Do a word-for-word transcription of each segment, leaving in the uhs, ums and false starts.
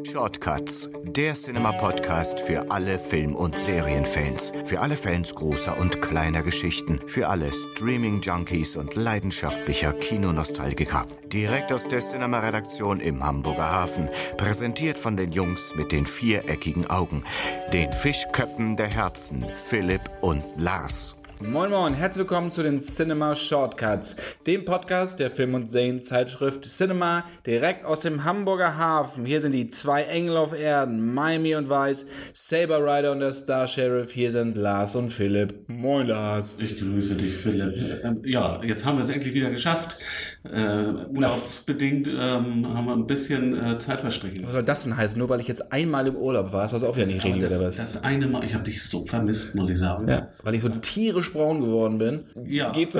Shortcuts, der Cinema-Podcast für alle Film- und Serienfans, für alle Fans großer und kleiner Geschichten, für alle Streaming-Junkies und leidenschaftlicher Kinonostalgiker. Direkt aus der Cinema-Redaktion im Hamburger Hafen, präsentiert von den Jungs mit den viereckigen Augen, den Fischköppen der Herzen, Philipp und Lars. Moin Moin, herzlich willkommen zu den Cinema Shortcuts, dem Podcast der Film- und Serienzeitschrift Cinema, direkt aus dem Hamburger Hafen. Hier sind die zwei Engel auf Erden, Miami und Weiß, Saber Rider und der Star Sheriff. Hier sind Lars und Philipp. Moin Lars. Ich grüße dich, Philipp. Ja, jetzt haben wir es endlich wieder geschafft. Äh, urlaubsbedingt ähm, haben wir ein bisschen äh, Zeit verstrichen. Was soll das denn heißen? Nur weil ich jetzt einmal im Urlaub war, ist das auch wieder nicht richtig, oder was? Das eine Mal, ich habe dich so vermisst, muss ich sagen. Ja, weil ich so tierisch braun geworden bin. Ja. Geht so.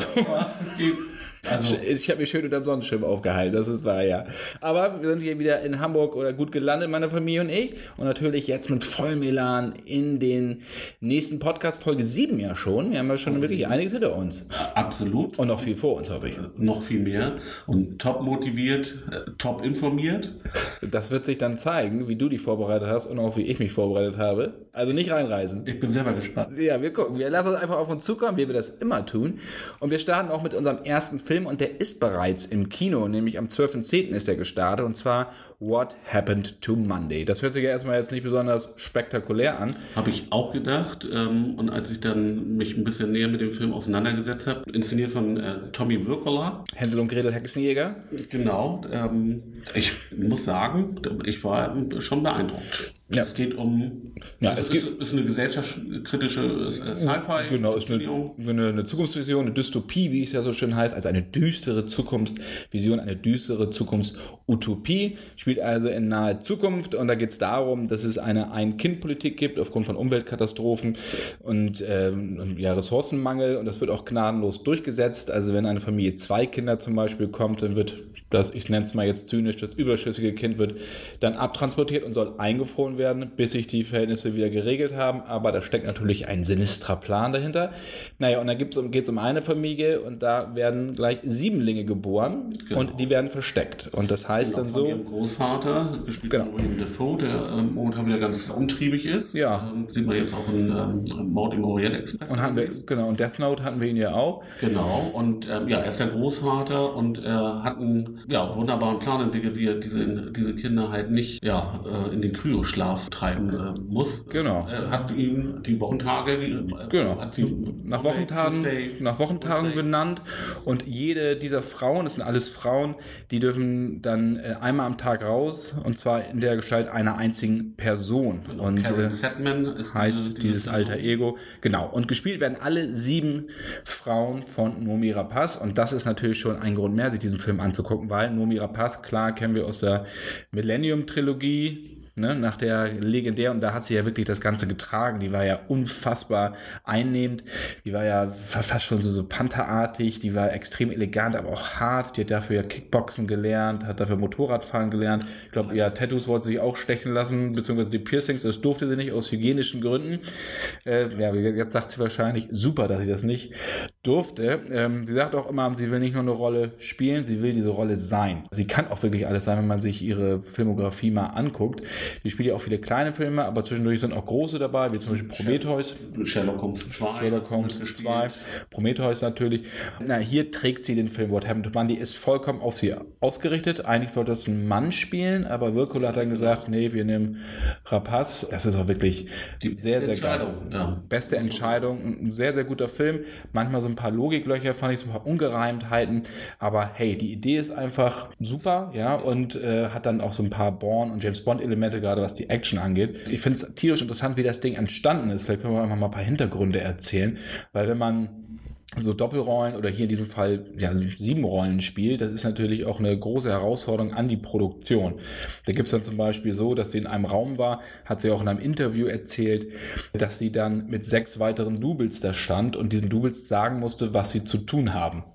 Also. Ich, ich habe mich schön unter dem Sonnenschirm aufgehalten, das ist wahr, ja. Aber wir sind hier wieder in Hamburg oder gut gelandet, meine Familie und ich. Und natürlich jetzt mit vollem Elan in den nächsten Podcast, Folge sieben ja schon. Wir haben ja schon Folge wirklich sieben. Einiges hinter uns. Absolut. Und noch viel vor uns, hoffe ich. Noch viel mehr. Und top motiviert, top informiert. Das wird sich dann zeigen, wie du dich vorbereitet hast und auch wie ich mich vorbereitet habe. Also nicht reinreisen. Ich bin selber gespannt. Ja, wir gucken. Wir lassen uns einfach auf uns zukommen, wie wir das immer tun. Und wir starten auch mit unserem ersten Film und der ist bereits im Kino, nämlich am zwölften zehnten ist der gestartet und zwar What Happened to Monday. Das hört sich ja erstmal jetzt nicht besonders spektakulär an. Habe ich auch gedacht ähm, und als ich dann mich ein bisschen näher mit dem Film auseinandergesetzt habe, inszeniert von äh, Tommy Wirkola. Hänsel und Gretel Hexenjäger. Genau. Ähm, ich muss sagen, ich war schon beeindruckt. Ja. Es geht um, ja, es, es ist, geht, ist eine gesellschaftskritische Sci-Fi. Genau, ist eine, eine, eine Zukunftsvision, eine Dystopie, wie es ja so schön heißt, also eine düstere Zukunftsvision, eine düstere Zukunftsutopie. Spielt also in naher Zukunft und da geht es darum, dass es eine Ein-Kind-Politik gibt aufgrund von Umweltkatastrophen und ähm, ja, Ressourcenmangel und das wird auch gnadenlos durchgesetzt. Also wenn eine Familie zwei Kinder zum Beispiel kommt, dann wird das, ich nenne es mal jetzt zynisch, das überschüssige Kind wird dann abtransportiert und soll eingefroren werden, bis sich die Verhältnisse wieder geregelt haben. Aber da steckt natürlich ein sinistrer Plan dahinter. Naja, und dann geht es um eine Familie und da werden gleich Siebenlinge geboren genau. Und die werden versteckt. Und das heißt genau, dann so... Von ihrem Großvater, gespielt genau. von William Dafoe, der ähm, momentan wieder ganz umtriebig ist. Ja. Ähm, sieht man jetzt auch in ähm, Mord im Orient Express. Und haben wir, genau, und Death Note hatten wir ihn ja auch. Genau, und ähm, ja, er ist der Großvater und er hat einen ja, wunderbaren Plan entwickelt, wie er diese, diese Kinder halt nicht ja, äh, in den Kryoschlaf treiben äh, muss. Genau. Er hat ihm die Wochentage äh, genau. hat sie nach Wochentagen, nach Wochentagen benannt und jede dieser Frauen, das sind alles Frauen, die dürfen dann äh, einmal am Tag raus und zwar in der Gestalt einer einzigen Person. Genau. Und Karen äh, Sedman ist heißt diese, diese dieses alter Ego. Genau. Und gespielt werden alle sieben Frauen von Noomi Rapace und das ist natürlich schon ein Grund mehr, sich diesen Film anzugucken, weil Noomi Rapace, klar, kennen wir aus der Millennium-Trilogie, ne, nach der legendär, und da hat sie ja wirklich das Ganze getragen, die war ja unfassbar einnehmend, die war ja fast schon so, so pantherartig, die war extrem elegant, aber auch hart, die hat dafür ja Kickboxen gelernt, hat dafür Motorradfahren gelernt, ich glaube, ja, Tattoos wollte sie auch stechen lassen, beziehungsweise die Piercings, das durfte sie nicht aus hygienischen Gründen, äh, ja, jetzt sagt sie wahrscheinlich, super, dass sie das nicht durfte, ähm, sie sagt auch immer, sie will nicht nur eine Rolle spielen, sie will diese Rolle sein, sie kann auch wirklich alles sein, wenn man sich ihre Filmografie mal anguckt. Die spielt ja auch viele kleine Filme, aber zwischendurch sind auch große dabei, wie zum Beispiel Prometheus. Sherlock Holmes zwei. Sherlock Holmes zwei. Prometheus natürlich. Na, hier trägt sie den Film What Happened to Monday, ist vollkommen auf sie ausgerichtet. Eigentlich sollte es ein Mann spielen, aber Wirkola hat dann gesagt, nee, wir nehmen Rapace. Das ist auch wirklich die sehr, sehr geil. Ja. Beste Entscheidung. Ein sehr, sehr guter Film. Manchmal so ein paar Logiklöcher, fand ich, so ein paar Ungereimtheiten. Aber hey, die Idee ist einfach super, ja, und äh, hat dann auch so ein paar Bourne- und James-Bond-Elemente, gerade was die Action angeht. Ich finde es tierisch interessant, wie das Ding entstanden ist. Vielleicht können wir einfach mal ein paar Hintergründe erzählen, weil wenn man so Doppelrollen oder hier in diesem Fall ja sieben Rollen spielt, das ist natürlich auch eine große Herausforderung an die Produktion. Da gibt es dann zum Beispiel so, dass sie in einem Raum war, hat sie auch in einem Interview erzählt, dass sie dann mit sechs weiteren Doubles da stand und diesen Doubles sagen musste, was sie zu tun haben.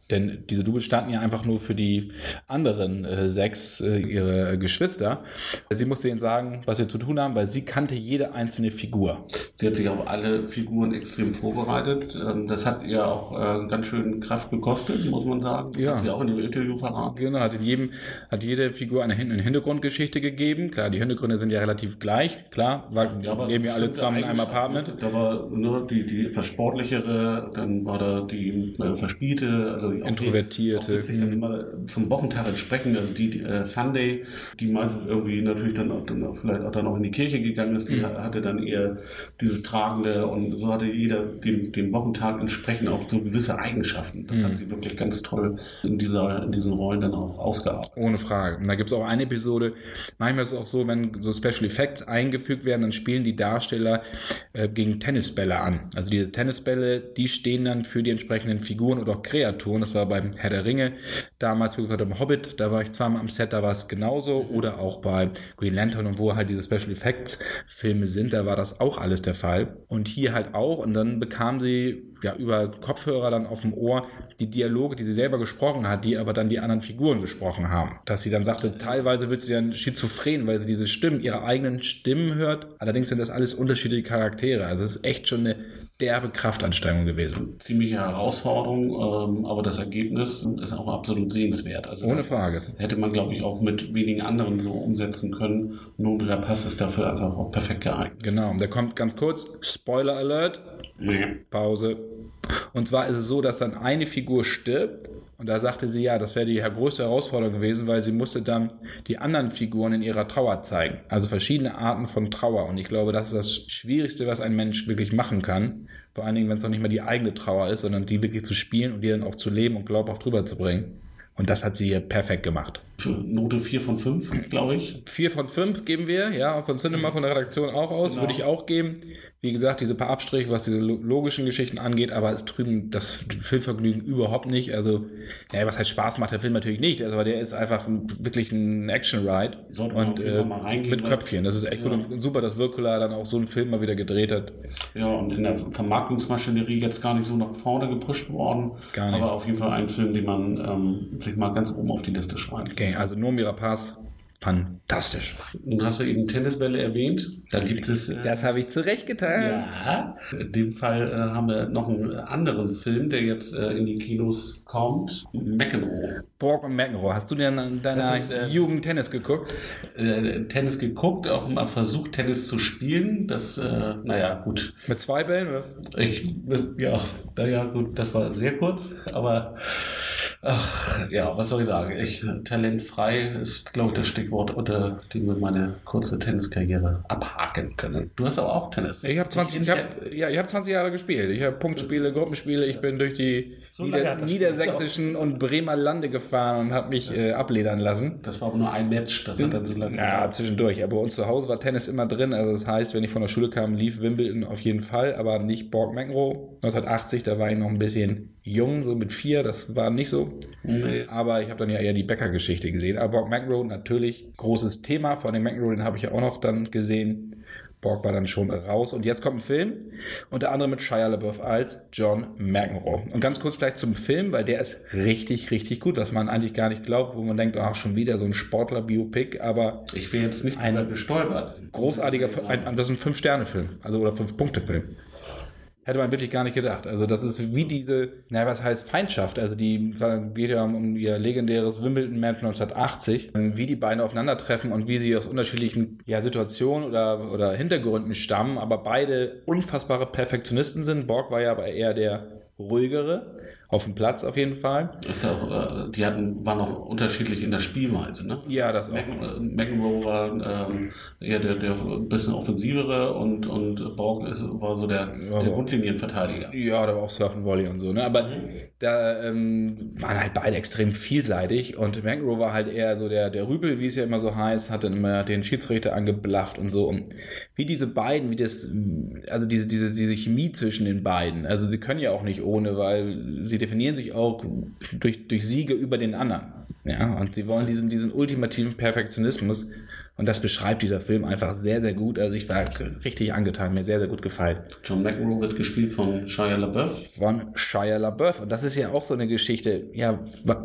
Denn diese Doubles standen ja einfach nur für die anderen äh, sechs, äh, ihre Geschwister. Sie musste ihnen sagen, was sie zu tun haben, weil sie kannte jede einzelne Figur. Sie hat sich auf alle Figuren extrem vorbereitet. Das hat ihr auch äh, ganz schön Kraft gekostet, muss man sagen. Das ja. hat sie auch in dem Interview verraten. Genau, hat in jedem, hat jede Figur eine, Hin- eine Hintergrundgeschichte gegeben. Klar, die Hintergründe sind ja relativ gleich. Klar, war, ja, leben ja alle zusammen in einem Apartment. Da war nur die, die etwas sportlichere, dann war da die äh, verspielte, also die introvertierte. Die auch sich dann immer zum Wochentag entsprechen. Also die, die äh, Sunday, die meistens irgendwie natürlich dann, auch, dann auch vielleicht auch dann noch in die Kirche gegangen ist, die mhm. hatte dann eher dieses Tragende und so hatte jeder dem, dem Wochentag entsprechend auch so gewisse Eigenschaften. Das mhm. hat sie wirklich ganz toll in dieser, in diesen Rollen dann auch ausgearbeitet. Ohne Frage. Und da gibt es auch eine Episode, manchmal ist es auch so, wenn so Special Effects eingefügt werden, dann spielen die Darsteller äh, gegen Tennisbälle an. Also diese Tennisbälle, die stehen dann für die entsprechenden Figuren oder auch Kreaturen. Das war beim Herr der Ringe damals, wie gesagt, im Hobbit, da war ich zweimal am Set, da war es genauso. Oder auch bei Green Lantern und wo halt diese Special Effects Filme sind, da war das auch alles der Fall. Und hier halt auch. Und dann bekam sie ja über Kopfhörer dann auf dem Ohr die Dialoge, die sie selber gesprochen hat, die aber dann die anderen Figuren gesprochen haben. Dass sie dann sagte, teilweise wird sie dann schizophren, weil sie diese Stimmen, ihre eigenen Stimmen hört. Allerdings sind das alles unterschiedliche Charaktere. Also es ist echt schon eine derbe Kraftanstrengung gewesen. Ziemliche Herausforderung, ähm, aber das Ergebnis ist auch absolut sehenswert. Also ohne Frage. Hätte man, glaube ich, auch mit wenigen anderen so umsetzen können. Nur der Pass ist dafür einfach auch perfekt geeignet. Genau, der kommt ganz kurz. Spoiler Alert. Nee. Pause. Und zwar ist es so, dass dann eine Figur stirbt. Und da sagte sie, ja, das wäre die größte Herausforderung gewesen, weil sie musste dann die anderen Figuren in ihrer Trauer zeigen. Also verschiedene Arten von Trauer. Und ich glaube, das ist das Schwierigste, was ein Mensch wirklich machen kann. Vor allen Dingen, wenn es noch nicht mal die eigene Trauer ist, sondern die wirklich zu spielen und die dann auch zu leben und glaubhaft drüber zu bringen. Und das hat sie hier perfekt gemacht. Für Note vier von fünf, glaube ich. vier von fünf geben wir, ja, von Cinema, von der Redaktion auch aus, genau. Würde ich auch geben. Wie gesagt, diese paar Abstriche, was diese logischen Geschichten angeht, aber es trüben das Filmvergnügen überhaupt nicht. Also, ja, was heißt Spaß macht der Film natürlich nicht, also, aber der ist einfach ein, wirklich ein Action-Ride. Und äh, mal reingehen, mit Köpfchen. Das ist echt ja. gut und super, dass Wirkula dann auch so einen Film mal wieder gedreht hat. Ja, und in der Vermarktungsmaschinerie jetzt gar nicht so nach vorne gepusht worden. Gar nicht. Aber auf jeden Fall ein Film, den man ähm, sich mal ganz oben auf die Liste schreibt. Okay, also Noomi Rapace, fantastisch. Nun hast du eben Tennisbälle erwähnt. Da gibt es... Äh, das habe ich zurecht getan. Ja, in dem Fall äh, haben wir noch einen anderen Film, der jetzt äh, in die Kinos kommt. McEnroe. Borg und McEnroe. Hast du denn in deiner ist, äh, Jugend Tennis geguckt? Äh, Tennis geguckt, auch mal versucht, Tennis zu spielen. Das, äh, naja, gut. Mit zwei Bällen, oder? Ich, ja, naja, gut, das war sehr kurz, aber ach, ja, was soll ich sagen? Ich, talentfrei ist, glaube ich, das Stichwort, unter dem wir meine kurze Tenniskarriere abhaken können. Du hast aber auch Tennis. Ich habe zwanzig, ich hab, ja, ich hab zwanzig Jahre gespielt. Ich habe Punktspiele, Gruppenspiele. Ich bin durch die so Nieder- niedersächsischen und Bremer Lande gefahren und habe mich ja. äh, abledern lassen. Das war aber nur ein Match. Das hat dann so lange Ja, gedauert. Zwischendurch. Aber bei uns zu Hause war Tennis immer drin. Also das heißt, wenn ich von der Schule kam, lief Wimbledon auf jeden Fall, aber nicht Borg McEnroe. neunzehnhundertachtzig, da war ich noch ein bisschen jung, so mit vier. Das war nicht so. Nee. Aber ich habe dann ja eher die Becker-Geschichte gesehen. Aber Borg McEnroe natürlich großes Thema. Von dem McEnroe, den habe ich ja auch noch dann gesehen. Borg war dann schon raus. Und jetzt kommt ein Film, unter anderem mit Shia LaBeouf als John McEnroe. Und ganz kurz vielleicht zum Film, weil der ist richtig, richtig gut, was man eigentlich gar nicht glaubt, wo man denkt, ach, schon wieder so ein Sportler-Biopic, aber... Ich bin jetzt nicht ein gestolpert. Großartiger, ein, das ist ein Fünf-Sterne-Film, also oder Fünf-Punkte-Film. Hätte man wirklich gar nicht gedacht. Also das ist wie diese, naja, was heißt Feindschaft? Also die geht ja um ihr legendäres Wimbledon-Match neunzehnhundertachtzig, wie die beiden aufeinandertreffen und wie sie aus unterschiedlichen ja, Situationen oder, oder Hintergründen stammen, aber beide unfassbare Perfektionisten sind. Borg war ja aber eher der ruhigere, auf dem Platz auf jeden Fall. Das ist ja auch, die hatten, waren auch unterschiedlich in der Spielweise, ne? Ja, das auch. McEnroe war ähm, eher der, der ein bisschen offensivere und, und Borg ist, war so der, ja, der Grundlinienverteidiger. Ja, da war auch Surfen, Volley und so, ne? Aber mhm. da ähm, waren halt beide extrem vielseitig und McEnroe war halt eher so der, der Rüpel, wie es ja immer so heißt, hat dann immer den Schiedsrichter angeblafft und so. Und wie diese beiden, wie das, also diese, diese, diese Chemie zwischen den beiden, also sie können ja auch nicht ohne, weil sie definieren sich auch durch, durch Siege über den anderen. Ja, und sie wollen diesen, diesen ultimativen Perfektionismus. Und das beschreibt dieser Film einfach sehr, sehr gut. Also ich war richtig angetan, mir sehr, sehr gut gefallen. John McEnroe wird gespielt von Shia LaBeouf. Von Shia LaBeouf. Und das ist ja auch so eine Geschichte. Ja,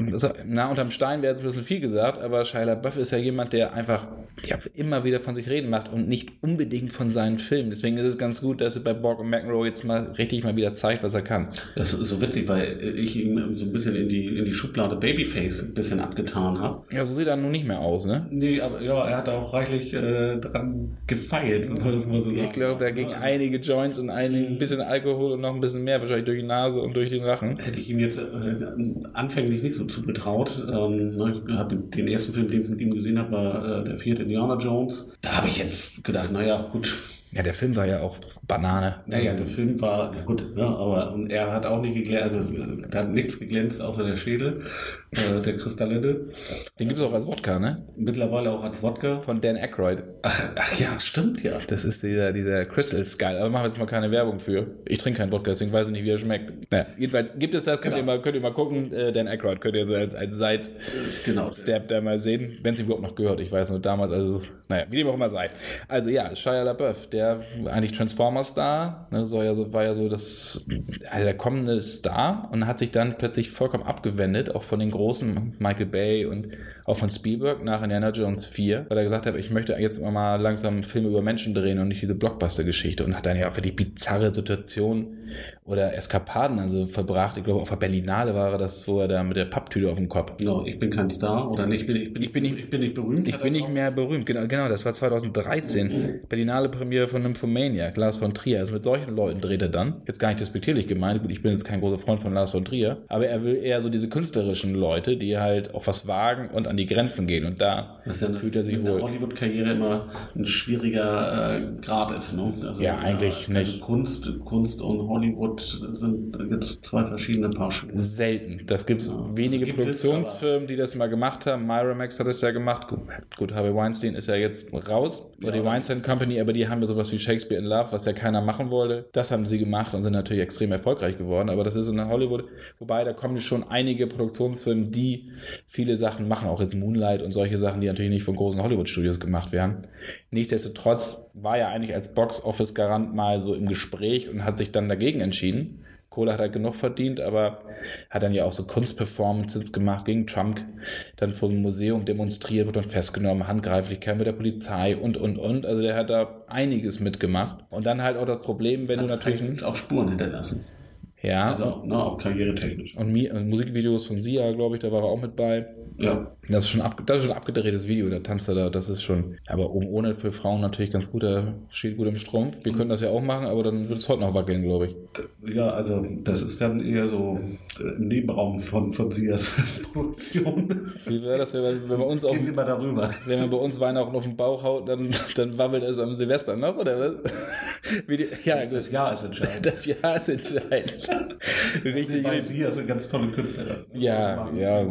na, unterm Stein wäre jetzt ein bisschen viel gesagt, aber Shia LaBeouf ist ja jemand, der einfach ja, immer wieder von sich reden macht und nicht unbedingt von seinen Filmen. Deswegen ist es ganz gut, dass er bei Borg und McEnroe jetzt mal richtig mal wieder zeigt, was er kann. Das ist so witzig, weil ich ihn so ein bisschen in die, in die Schublade Babyface ein bisschen abgetan habe. Ja, so sieht er nun nicht mehr aus, ne? Nee, aber ja, er hat auch reichlich äh, dran gefeilt, wenn man das mal so sagt. Ich glaube, da ging also, einige Joints und ein bisschen Alkohol und noch ein bisschen mehr, wahrscheinlich durch die Nase und durch den Rachen. Hätte ich ihm jetzt äh, anfänglich nicht so zugetraut. Ähm, ich habe den ersten Film, den ich mit ihm gesehen habe, war äh, der vierte Indiana Jones. Da habe ich jetzt gedacht, naja, gut. Ja, der Film war ja auch Banane. Naja, der Film war, ja gut, ja, aber und er hat auch nicht geglänzt, also da hat nichts geglänzt, außer der Schädel, äh, der Kristallette. Den gibt es auch als Wodka, ne? Mittlerweile auch als Wodka. Von Dan Aykroyd. Ach, ach ja, stimmt ja. Das ist dieser, dieser Crystal Skull, aber machen wir jetzt mal keine Werbung für. Ich trinke keinen Wodka, deswegen weiß ich nicht, wie er schmeckt. Naja, jedenfalls gibt es das, könnt, genau. ihr, mal, könnt ihr mal gucken. Äh, Dan Aykroyd könnt ihr so als, als Side-Stab genau. da mal sehen, wenn es ihm überhaupt noch gehört. Ich weiß nur damals, also, naja, wie dem auch immer sei. Also ja, Shia LaBeouf, der eigentlich Transformers-Star, ne, so ja so, war ja so das, also der kommende Star und hat sich dann plötzlich vollkommen abgewendet, auch von den großen Michael Bay und auch von Spielberg nach Indiana Jones vier, weil er gesagt hat, ich möchte jetzt mal langsam einen Film über Menschen drehen und nicht diese Blockbuster-Geschichte und hat dann ja auch für die bizarre Situation oder Eskapaden also verbracht. Ich glaube, auf der Berlinale war er das, wo er da mit der Papptüte auf dem Kopf. Genau, ich bin kein Star oder nicht, bin ich, bin, ich, bin, nicht, ich bin nicht berühmt. Ich bin nicht mehr berühmt, genau, genau, das war zwanzig dreizehn. Berlinale Premiere von Nymphomania, Lars von Trier. Also mit solchen Leuten dreht er dann. Jetzt gar nicht despektierlich gemeint, gut, ich bin jetzt kein großer Freund von Lars von Trier, aber er will eher so diese künstlerischen Leute, die halt auch was wagen und an die Grenzen gehen und da was ja fühlt er sich wohl. wohl. In der Hollywood-Karriere immer ein schwieriger äh, Grad ist, ne? Also, ja, eigentlich äh, nicht. Also Kunst, Kunst und Hollywood sind jetzt zwei verschiedene Paar Schuhe. Selten. Das gibt es ja. wenige also Produktionsfirmen, die das mal gemacht haben. Miramax hat es ja gemacht. Gut, gut, Harvey Weinstein ist ja jetzt raus. Oder ja, die Weinstein Company, aber die haben ja sowas wie Shakespeare in Love, was ja keiner machen wollte. Das haben sie gemacht und sind natürlich extrem erfolgreich geworden. Aber das ist in Hollywood. Wobei, da kommen schon einige Produktionsfirmen, die viele Sachen machen. Auch jetzt Moonlight und solche Sachen, die natürlich nicht von großen Hollywood-Studios gemacht werden. Nichtsdestotrotz war er eigentlich als Box-Office-Garant mal so im Gespräch und hat sich dann dagegen entschieden. Kohle hat er genug verdient, aber hat dann ja auch so Kunstperformances gemacht gegen Trump, dann vor dem Museum demonstriert, wurde dann festgenommen, Handgreiflichkeit mit der Polizei und, und, und. Also der hat da einiges mitgemacht. Und dann halt auch das Problem, wenn hat du natürlich... auch Spuren hinterlassen. Ja. Also, ne, auch karrieretechnisch. Und, und Musikvideos von Sia, glaube ich, da war er auch mit bei. Ja. Das ist schon ab, das ist schon ein abgedrehtes Video, da tanzt er da, das ist schon, aber oben ohne für Frauen natürlich ganz gut, er steht gut im Strumpf. Wir können das ja auch machen, aber dann wird es heute noch wackeln, glaube ich. Ja, also das ist dann eher so im Nebenraum von, von Sias Produktion. Wie wäre das, wenn wir, wenn wir uns Gehen auf, Sie mal darüber. Wenn man bei uns Weihnachten auf den Bauch haut, dann, dann wabbelt es am Silvester noch, oder was? Wie die, ja, das, das Jahr ist entscheidend. Das Jahr ist entscheidend. Richtig. Weil Sia sind ganz tolle Künstler. Ja, ja,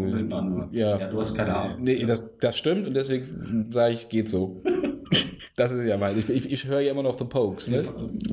ja. Ja, du hast keine Ahnung. Nee, das, das stimmt und deswegen sage ich, geht so. Das ist ja mal. Ich, ich, ich höre ja immer noch The Pokes, ne?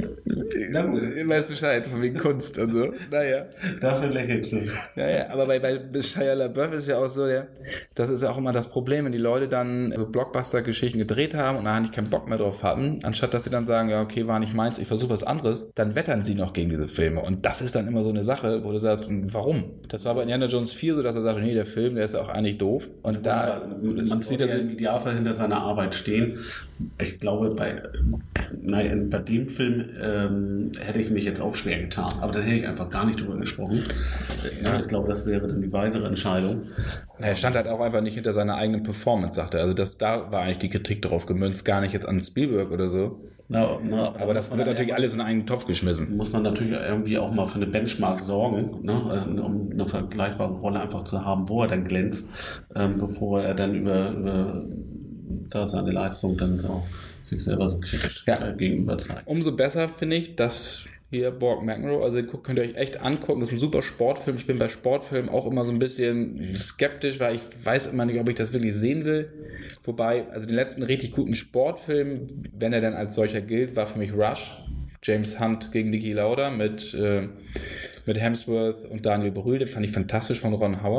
Ich weiß Bescheid, von wegen Kunst und so. Naja. Dafür lächelst du. Ja, ja, aber bei, bei Shia LaBeouf ist ja auch so, der, das ist ja auch immer das Problem, wenn die Leute dann so Blockbuster-Geschichten gedreht haben und eigentlich keinen Bock mehr drauf hatten, anstatt dass sie dann sagen, ja, okay, war nicht meins, ich versuche was anderes, dann wettern sie noch gegen diese Filme. Und das ist dann immer so eine Sache, wo du sagst, warum? Das war bei Indiana Jones vier so, dass er sagt, nee, der Film, der ist auch eigentlich doof. Und da, man sieht ja im Idealfall hinter seiner Arbeit stehen. Ich glaube, bei, nein, bei dem Film ähm, hätte ich mich jetzt auch schwer getan. Aber da hätte ich einfach gar nicht drüber gesprochen. Ja, ich glaube, das wäre dann die weisere Entscheidung. Er stand halt auch einfach nicht hinter seiner eigenen Performance, sagte er. Also das, da war eigentlich die Kritik darauf gemünzt, gar nicht jetzt an Spielberg oder so. Na, na, aber aber das wird natürlich alles in einen Topf geschmissen. Muss man natürlich irgendwie auch mal für eine Benchmark sorgen, ne, um eine vergleichbare Rolle einfach zu haben, wo er dann glänzt, ähm, bevor er dann über, über da seine Leistung dann so sich selber so kritisch ja. äh, gegenüber zeigt. Umso besser finde ich, dass hier Borg McEnroe, also könnt ihr euch echt angucken, das ist ein super Sportfilm. Ich bin bei Sportfilmen auch immer so ein bisschen skeptisch, weil ich weiß immer nicht, ob ich das wirklich sehen will. Wobei, also den letzten richtig guten Sportfilm, wenn er dann als solcher gilt, war für mich Rush. James Hunt gegen Niki Lauda mit, äh, mit Hemsworth und Daniel Brühl, den fand ich fantastisch von Ron Howard.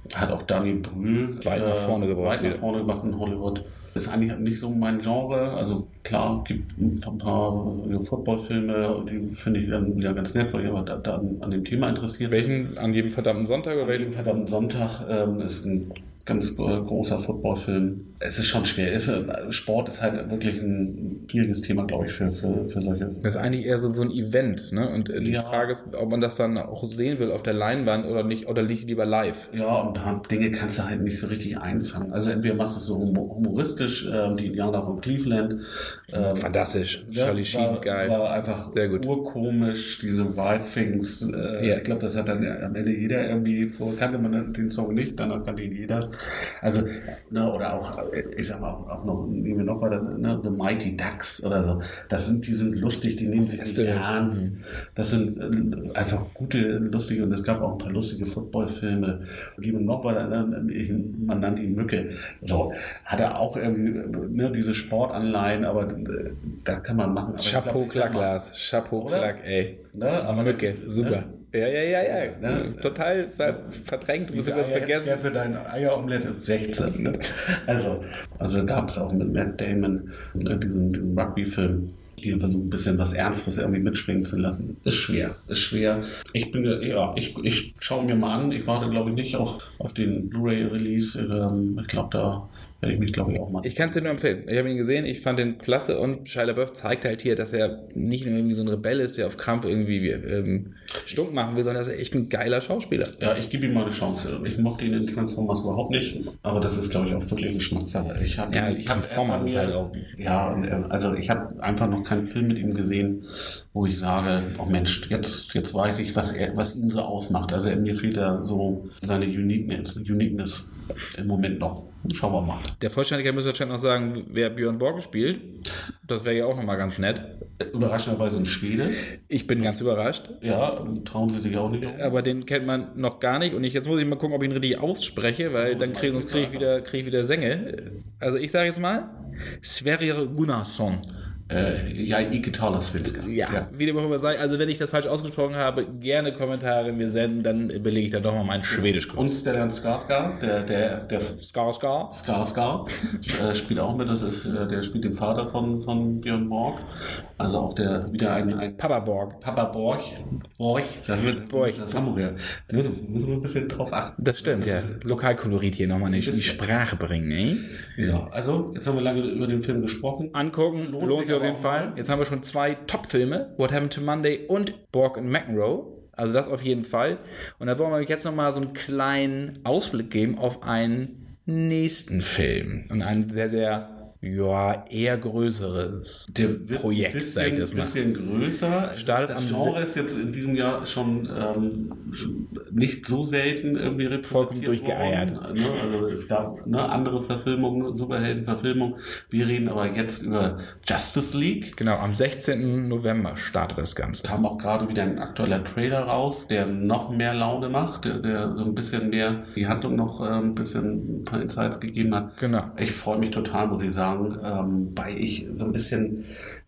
Hat auch Daniel Brühl weit nach vorne äh, gebracht. Weit nach vorne gebracht in Hollywood. Ist eigentlich nicht so mein Genre. Also klar, gibt ein paar, paar Footballfilme, die finde ich dann wieder ganz nett, weil ich aber da, da an, an dem Thema interessiert bin. Welchen? An jedem verdammten Sonntag? Oder an jedem verdammten Sonntag ähm, ist ein ganz äh, großer Footballfilm. Es ist schon schwer. Ist, äh, Sport ist halt wirklich ein schwieriges Thema, glaube ich, für, für, für solche. Das ist eigentlich eher so, so ein Event, ne? Und äh, die Ja. Frage ist, ob man das dann auch sehen will auf der Leinwand oder nicht, oder nicht lieber live. Ja, und ein paar Dinge kannst du halt nicht so richtig einfangen. Also entweder machst du es so humoristisch, ähm, die Indianer von Cleveland. Ähm, Fantastisch. ja, Charlie Sheen, war, geil. War einfach sehr gut. urkomisch, diese White Things. Äh, Ja. Ich glaube, das hat dann am Ende jeder irgendwie, vor kannte man den Song nicht, dann kannte ihn jeder. Also, ne, oder auch, ich sag mal, auch, auch noch, nehmen wir noch weiter, ne, The Mighty Ducks oder so. Das sind, die sind lustig, die nehmen sich nicht ernst. Das sind äh, einfach gute, lustige, und es gab auch ein paar lustige Footballfilme. Geben noch weiter, ne, man nannte ihn Mücke. So, hat er auch irgendwie, ne, diese Sportanleihen, aber äh, das kann man machen. Aber Chapeau, Klack, Lars. Chapeau, Klack, ey. Ne, aber Mücke, super. Ne? Ja, ja, ja, ja. Ne? Total ver verdrängt, du musst irgendwas vergessen. Ja, für deine Eieromelette sechzehn. Ne? Also, also gab es auch mit Matt Damon ne, diesen, diesen Rugby-Film, die versuchen ein bisschen was Ernstes irgendwie mitschwingen zu lassen. Ist schwer, ist schwer. Ich bin, ja, ich, ich schaue mir mal an. Ich warte, glaube ich, nicht auf, auf den Blu-ray-Release. Ähm, ich glaube, da werde ich mich, glaube ich, auch mal. Ich kann es dir nur empfehlen. Ich habe ihn gesehen, ich fand den klasse, und Shia LaBeouf zeigt halt hier, dass er nicht nur irgendwie so ein Rebell ist, der auf Krampf irgendwie ähm, stunk machen will, sondern dass er echt ein geiler Schauspieler. Ja, ich gebe ihm mal eine Chance. Ich mochte ihn in Transformers überhaupt nicht, aber das ist, glaube ich, auch wirklich Geschmackssache. Ich hab, Ja, ich Transformers hab, ist halt auch. Ja, und, also ich habe einfach noch keinen Film mit ihm gesehen, wo ich sage, oh Mensch, jetzt, jetzt weiß ich, was er, was ihn so ausmacht. Also mir fehlt da so seine Uniqueness, Uniqueness im Moment noch. Schauen wir mal. Der Vollständigkeit müssen wir vielleicht noch sagen, wer Björn Borg spielt. Das wäre ja auch nochmal ganz nett. Überraschenderweise ein Schwede. Ich bin ganz überrascht. Ja, trauen sie sich auch nicht. Aber den kennt man noch gar nicht. Und ich, jetzt muss ich mal gucken, ob ich ihn richtig ausspreche, weil dann krieg, sonst kriege ich wieder, krieg ich wieder Sänge. Also ich sage jetzt mal, Sverrir Gunnarsson. Äh, ja, Ike Talasvinska. Ja, ja, wie dem auch immer sei. Also wenn ich das falsch ausgesprochen habe, gerne Kommentare mir senden, dann belege ich da doch mal meinen Schwedischkurs. Und Stellan Skarsgård, der, der, der Skarsgård. Skarsgård äh, spielt auch mit. Das ist, äh, der spielt den Vater von, von Björn Borg. Also auch der, wieder ein, ein Papa Borg. Papa Borg. Borg. Da wird Borg. Das Hamburger. Ja, da müssen wir ein bisschen drauf achten. Das stimmt, ja. Lokalkolorit hier nochmal in die Sprache bringen, ne? Ja, also, jetzt haben wir lange über den Film gesprochen. Angucken, lohnt, lohnt sich auf jeden Fall. Jetzt haben wir schon zwei Top-Filme, What Happened to Monday und Borg and McEnroe. Also das auf jeden Fall. Und da wollen wir euch jetzt nochmal so einen kleinen Ausblick geben auf einen nächsten Film. Und einen sehr, sehr, ja, eher größeres Der wird Projekt, ein bisschen, sag ich das mal. bisschen größer. Startet das am Genre ist jetzt in diesem Jahr schon ähm, nicht so selten irgendwie repräsentiert vollkommen durchgeeiert. worden. Ne? Also es gab ne, andere Verfilmungen, Superheldenverfilmungen. Wir reden aber jetzt über Justice League. Genau, am sechzehnten November startet das Ganze. Kam auch gerade wieder ein aktueller Trailer raus, der noch mehr Laune macht, der, der so ein bisschen mehr die Handlung noch äh, ein bisschen ein paar Insights gegeben hat. Genau. Ich freue mich total, muss ich sagen, ähm, weil ich so ein bisschen,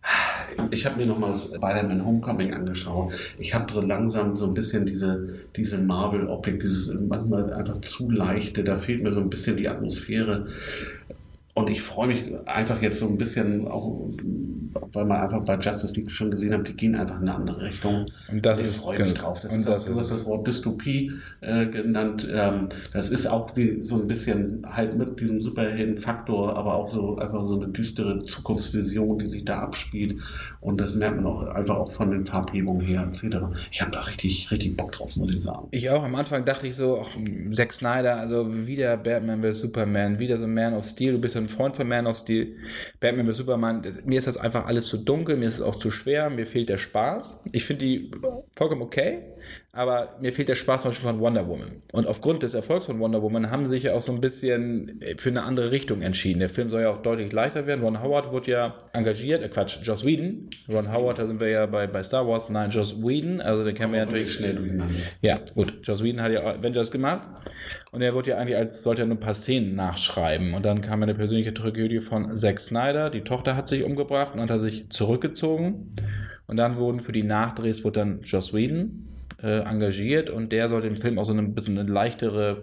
ich habe mir nochmal Spider-Man Homecoming angeschaut. Ich habe so langsam so ein bisschen diese, diese Marvel-Optik, dieses manchmal einfach zu leichte, da fehlt mir so ein bisschen die Atmosphäre. Und ich freue mich einfach jetzt so ein bisschen, auch weil man einfach bei Justice League schon gesehen hat, die gehen einfach in eine andere Richtung. Und das ich ist freue mich drauf. Das und ist das auch, du hast das Wort Dystopie äh, genannt. Ähm, das ist auch wie so ein bisschen halt mit diesem Superhelden-Faktor, aber auch so einfach so eine düstere Zukunftsvision, die sich da abspielt. Und das merkt man auch einfach auch von den Farbgebungen her et cetera. Ich habe da richtig, richtig Bock drauf, muss ich sagen. Ich auch. Am Anfang dachte ich so, ach, Zack Snyder, also wieder Batman vs Superman, wieder so Man of Steel. Du bist ja ein Freund von Man of Steel. Batman vs Superman. Mir ist das einfach alles zu dunkel, mir ist es auch zu schwer, mir fehlt der Spaß. Ich finde die vollkommen okay, aber mir fehlt der Spaß zum Beispiel von Wonder Woman. Und aufgrund des Erfolgs von Wonder Woman haben sie sich ja auch so ein bisschen für eine andere Richtung entschieden. Der Film soll ja auch deutlich leichter werden. Ron Howard wird ja engagiert, äh Quatsch, Joss Whedon. Ron Howard, da sind wir ja bei, bei Star Wars. Nein, Joss Whedon, also den kennen wir ja natürlich. Schnell durcheinander. Ja, gut. Joss Whedon hat ja Avengers gemacht. Und er wird ja eigentlich als, sollte ja nur ein paar Szenen nachschreiben. Und dann kam eine persönliche Tragödie von Zack Snyder. Die Tochter hat sich umgebracht und hat sich zurückgezogen. Und dann wurden für die Nachdrehs wurde dann Joss Whedon äh, engagiert und der soll dem Film auch so ein bisschen eine leichtere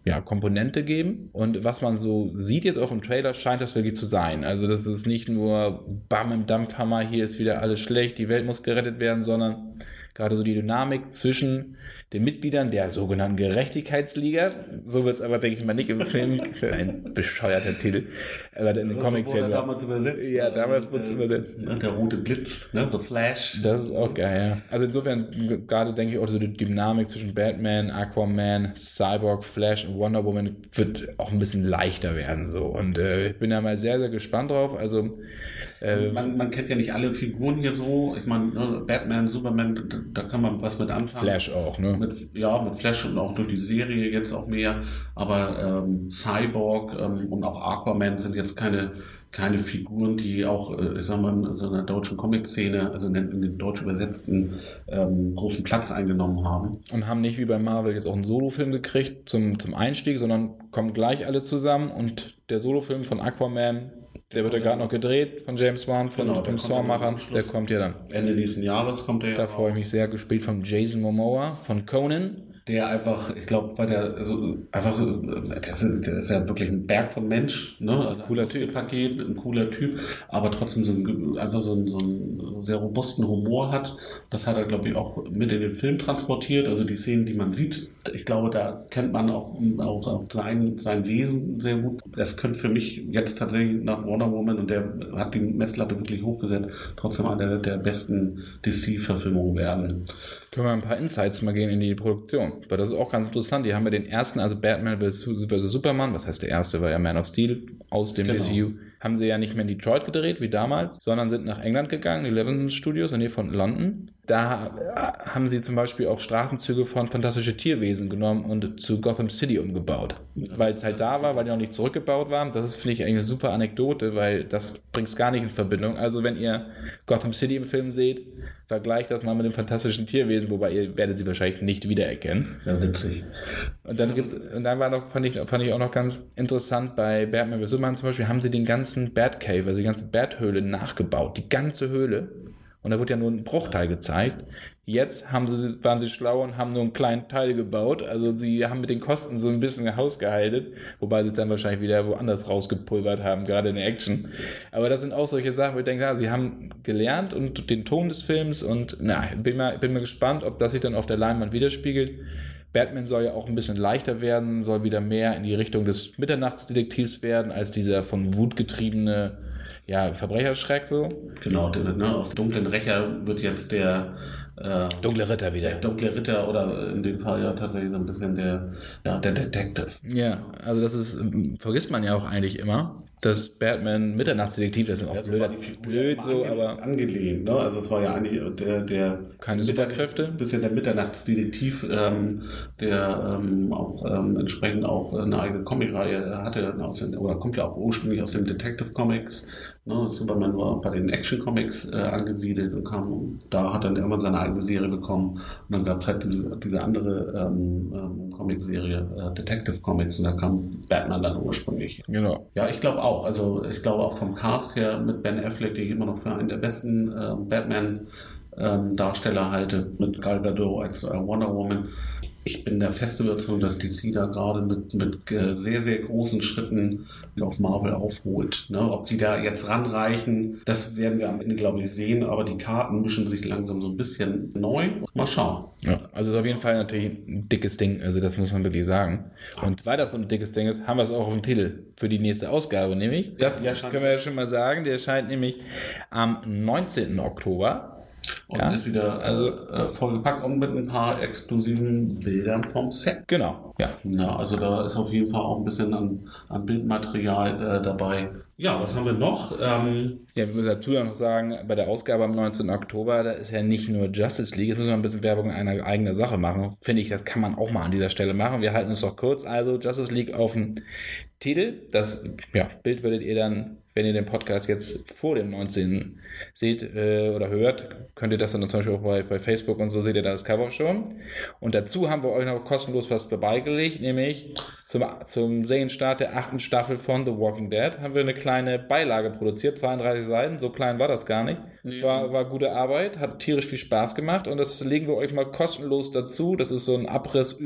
ja, Komponente geben. Und was man so sieht jetzt auch im Trailer, scheint das wirklich zu sein. Also das ist nicht nur Bam im Dampfhammer, hier ist wieder alles schlecht, die Welt muss gerettet werden, sondern gerade so die Dynamik zwischen den Mitgliedern der sogenannten Gerechtigkeitsliga. So wird es aber, denke ich mal, nicht im Film. Ein bescheuerter Titel. Aber in den Comics ja. damals übersetzt. Ja, damals wurde es übersetzt. Ne, der rote Blitz, ne? The Flash. Das ist auch geil, ja. Also insofern, gerade denke ich auch so die Dynamik zwischen Batman, Aquaman, Cyborg, Flash und Wonder Woman wird auch ein bisschen leichter werden. So. Und äh, ich bin da mal sehr, sehr gespannt drauf. Also äh, man, man kennt ja nicht alle Figuren hier so. Ich meine, ne, Batman, Superman, da, da kann man was mit anfangen. Flash auch, ne? Mit, ja, mit Flash und auch durch die Serie jetzt auch mehr. Aber ähm, Cyborg ähm, und auch Aquaman sind jetzt keine, keine Figuren, die auch, äh, ich sag mal, in so einer deutschen Comic-Szene, also in den, in den deutsch übersetzten, ähm, großen Platz eingenommen haben. Und haben nicht wie bei Marvel jetzt auch einen Solofilm gekriegt zum, zum Einstieg, sondern kommen gleich alle zusammen und der Solofilm von Aquaman, der wird ja gerade noch gedreht von James Wan, von genau, den Saw-Machern. Der kommt ja dann. Ende nächsten Jahres kommt der. Da freue ich mich sehr. Gespielt von Jason Momoa, von Conan. Der einfach, ich glaube, weil der also einfach, der ist, der ist ja wirklich ein Berg von Mensch, ne? Also cooler ein Typ. Paket, ein cooler Typ, aber trotzdem so ein, einfach so einen, so einen sehr robusten Humor hat. Das hat er, glaube ich, auch mit in den Film transportiert. Also die Szenen, die man sieht, ich glaube, da kennt man auch, auch, auch sein, sein Wesen sehr gut. Das könnte für mich jetzt tatsächlich nach Wonder Woman, und der hat die Messlatte wirklich hochgesetzt, trotzdem eine der besten D C-Verfilmungen werden. Können wir ein paar Insights mal gehen in die Produktion, weil das ist auch ganz interessant. Die haben ja den ersten, also Batman versus. Superman, was heißt der erste, war ja Man of Steel aus dem genau. D C U, haben sie ja nicht mehr in Detroit gedreht, wie damals, sondern sind nach England gegangen, die Levinson Studios in der Nähe von London. Da haben sie zum Beispiel auch Straßenzüge von Fantastische Tierwesen genommen und zu Gotham City umgebaut, weil es halt da war, weil die noch nicht zurückgebaut waren. Das ist, finde ich, eigentlich eine super Anekdote, weil das bringt es gar nicht in Verbindung. Also wenn ihr Gotham City im Film seht, vergleicht das mal mit dem Fantastischen Tierwesen, wobei ihr werdet sie wahrscheinlich nicht wiedererkennen. Ja, witzig. Und dann gibt's, und dann war noch, fand ich, fand ich auch noch ganz interessant bei Batman versus. Superman zum Beispiel, haben sie den ganzen Batcave, also die ganze Bathöhle nachgebaut, die ganze Höhle. Und da wird ja nur ein Bruchteil gezeigt. Jetzt haben sie, waren sie schlau und haben nur einen kleinen Teil gebaut. Also sie haben mit den Kosten so ein bisschen hausgehalten, wobei sie es dann wahrscheinlich wieder woanders rausgepulvert haben, gerade in der Action. Aber das sind auch solche Sachen, wo ich denke, ja, sie haben gelernt und den Ton des Films und na, bin mal, bin mal gespannt, ob das sich dann auf der Leinwand widerspiegelt. Batman soll ja auch ein bisschen leichter werden, soll wieder mehr in die Richtung des Mitternachtsdetektivs werden, als dieser von Wut getriebene ja, Verbrecherschreck so. Genau, ne, aus Dunklen Rächer wird jetzt der äh, Dunkle Ritter wieder. Der Dunkle Ritter oder in dem Fall ja tatsächlich so ein bisschen der, ja, der Detective. Ja, also das ist, vergisst man ja auch eigentlich immer, dass Batman Mitternachtsdetektiv ist, auch ja, blöd, blöd so, ange- aber angelehnt, ne? Also es war ja eigentlich der, der keine Superkräfte, bisschen der Mitternachtsdetektiv, ähm, der ähm, auch ähm, entsprechend auch eine eigene Comicreihe hatte, aus den, oder kommt ja auch ursprünglich aus den Detective Comics. Ne? Superman war bei den Action Comics äh, angesiedelt und kam, da hat dann irgendwann seine eigene Serie bekommen und dann gab es halt diese, diese andere ähm, ähm, Comic-Serie, äh, Detective Comics, und da kam Batman dann ursprünglich. Genau. Ja, ich glaube auch. Also ich glaube auch vom Cast her mit Ben Affleck, den ich immer noch für einen der besten äh, Batman-Darsteller ähm, halte, mit Gal Gadot als äh, Wonder Woman. Ich bin der feste Überzeugung, dass D C da gerade mit, mit äh, sehr, sehr großen Schritten auf Marvel aufholt. Ne? Ob die da jetzt ranreichen, das werden wir am Ende, glaube ich, sehen. Aber die Karten mischen sich langsam so ein bisschen neu. Mal schauen. Ja, also ist auf jeden Fall natürlich ein dickes Ding. Also das muss man wirklich sagen. Und weil das so ein dickes Ding ist, haben wir es auch auf dem Titel für die nächste Ausgabe. Nämlich, das ja, können wir ja schon mal sagen, der erscheint nämlich am neunzehnten Oktober. Und ja, ist wieder also äh, vollgepackt und mit ein paar exklusiven Bildern vom Set. Genau, ja. Ja, also da ist auf jeden Fall auch ein bisschen an, an Bildmaterial äh, dabei. Ja, was haben wir noch? Ähm, ja, wir müssen dazu noch sagen, bei der Ausgabe am neunzehnten Oktober, da ist ja nicht nur Justice League, jetzt müssen wir ein bisschen Werbung in einer eigenen Sache machen. Finde ich, das kann man auch mal an dieser Stelle machen. Wir halten es doch kurz. Also Justice League auf dem Titel. Das ja, Bild werdet ihr dann, wenn ihr den Podcast jetzt vor dem neunzehnten seht äh, oder hört, könnt ihr das dann zum Beispiel auch bei, bei Facebook und so, seht ihr da das Cover schon. Und dazu haben wir euch noch kostenlos was dabeigelegt, nämlich zum, zum Serienstart der achten Staffel von The Walking Dead haben wir eine kleine Beilage produziert, zweiunddreißig Seiten, so klein war das gar nicht. Nee. War, war gute Arbeit, hat tierisch viel Spaß gemacht und das legen wir euch mal kostenlos dazu. Das ist so ein Abriss über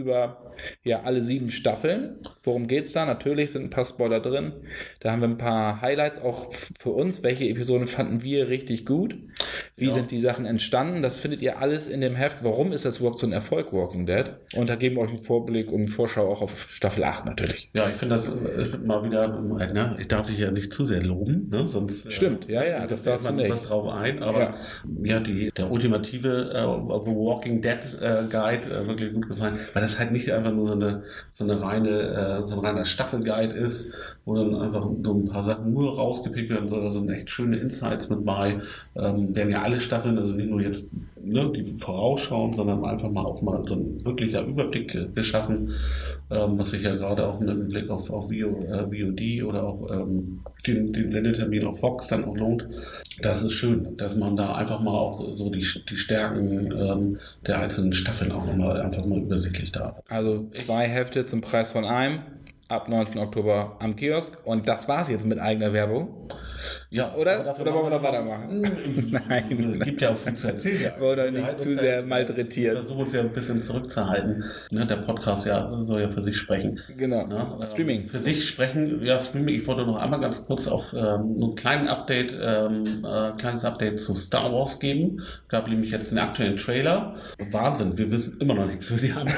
ja alle sieben Staffeln. Worum geht's da? Natürlich sind ein paar Spoiler drin. Da haben wir ein paar Highlights auch für uns. Welche Episoden fanden wir richtig gut? Wie ja. sind die Sachen entstanden? Das findet ihr alles in dem Heft. Warum ist das überhaupt so ein Erfolg, Walking Dead? Und da geben wir euch einen Vorblick und eine Vorschau auch auf Staffel acht natürlich. Ja, ich finde das ist mal wieder, ne? Ich darf dich ja nicht zu sehr loben, ne? Sonst stimmt, ja, ja, das darfst du nicht. Was drauf ein, aber ja, mir hat die, der ultimative äh, Walking Dead äh, Guide äh, wirklich gut gefallen, weil das halt nicht einfach nur so eine so eine reine äh, so ein reiner Staffelguide ist, wo dann einfach so ein paar Sachen nur rausgepickt werden, sondern sind echt schöne Insights mit bei. Ähm, werden ja alle Staffeln, also nicht nur jetzt ne, die vorausschauen, sondern einfach mal auch mal so ein wirklicher Überblick äh, geschaffen, ähm, was sich ja gerade auch mit Blick auf, auf V O, äh, V O D oder auch ähm, den, den Sendetermin auf Fox dann auch lohnt. Das ist schön, dass man da einfach mal auch so die, die Stärken ähm, der einzelnen Staffeln auch nochmal einfach mal übersichtlich da hat. Also zwei Hefte zum Preis von einem. Ab neunzehnten Oktober am Kiosk. Und das war's jetzt mit eigener Werbung. Ja, oder? Oder wollen wir noch weitermachen? Nein. Es gibt ja auch viel zu erzählen. Oder nicht zu sehr ja, malträtiert. Wir versuchen uns ja ein bisschen zurückzuhalten. Ne, der Podcast ja, soll ja für sich sprechen. Genau. Ne? Streaming. Für sich sprechen, ja, Streaming. Ich wollte noch einmal ganz kurz auf ähm, einen kleinen Update, ähm, äh, kleines Update zu Star Wars geben. Gab nämlich jetzt den aktuellen Trailer. Wahnsinn, wir wissen immer noch nichts über die Handlung.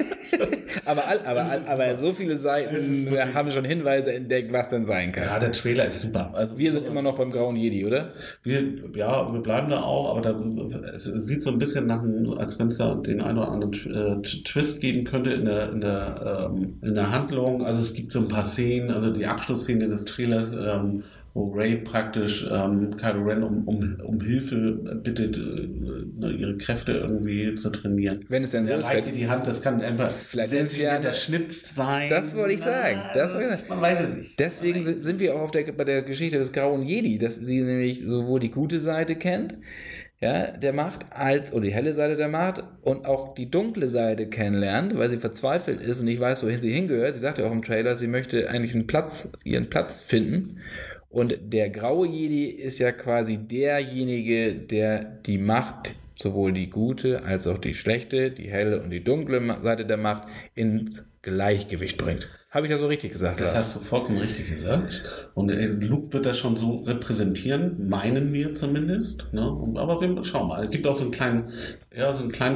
aber, aber, aber so viele Seiten wir haben schon Hinweise entdeckt, was denn sein kann. Ja, der Trailer ist super. Also wir sind immer noch beim Grauen Jedi, oder? Wir, ja, wir bleiben da auch, aber da, es sieht so ein bisschen nach, einem, als wenn es da den einen oder anderen äh, Twist geben könnte in der, in, der, ähm, in der Handlung. Also es gibt so ein paar Szenen, also die Abschlussszene des Trailers, ähm, wo Rey praktisch ähm, Kylo Ren um, um, um Hilfe bittet, äh, ihre Kräfte irgendwie zu trainieren. Wenn es denn so ist, reicht die Hand, das kann einfach vielleicht ist ja der Schnitt sein. Das wollte ich sagen. Das wollte ich sagen. Man weiß es nicht. Deswegen sind, sind wir auch auf der, bei der Geschichte des Grauen Jedi, dass sie nämlich sowohl die gute Seite kennt, ja, der Macht, als, oder die helle Seite der Macht und auch die dunkle Seite kennenlernt, weil sie verzweifelt ist und nicht weiß, wohin sie hingehört. Sie sagt ja auch im Trailer, sie möchte eigentlich einen Platz, ihren Platz finden. Und der graue Jedi ist ja quasi derjenige, der die Macht, sowohl die gute als auch die schlechte, die helle und die dunkle Seite der Macht ins Gleichgewicht bringt. Habe ich das so richtig gesagt? Das Lars? Hast du vollkommen richtig gesagt. Und äh, Luke wird das schon so repräsentieren, meinen wir zumindest. Ne? Und, aber wir schauen mal. Es gibt auch so einen kleinen, ja, so einen kleinen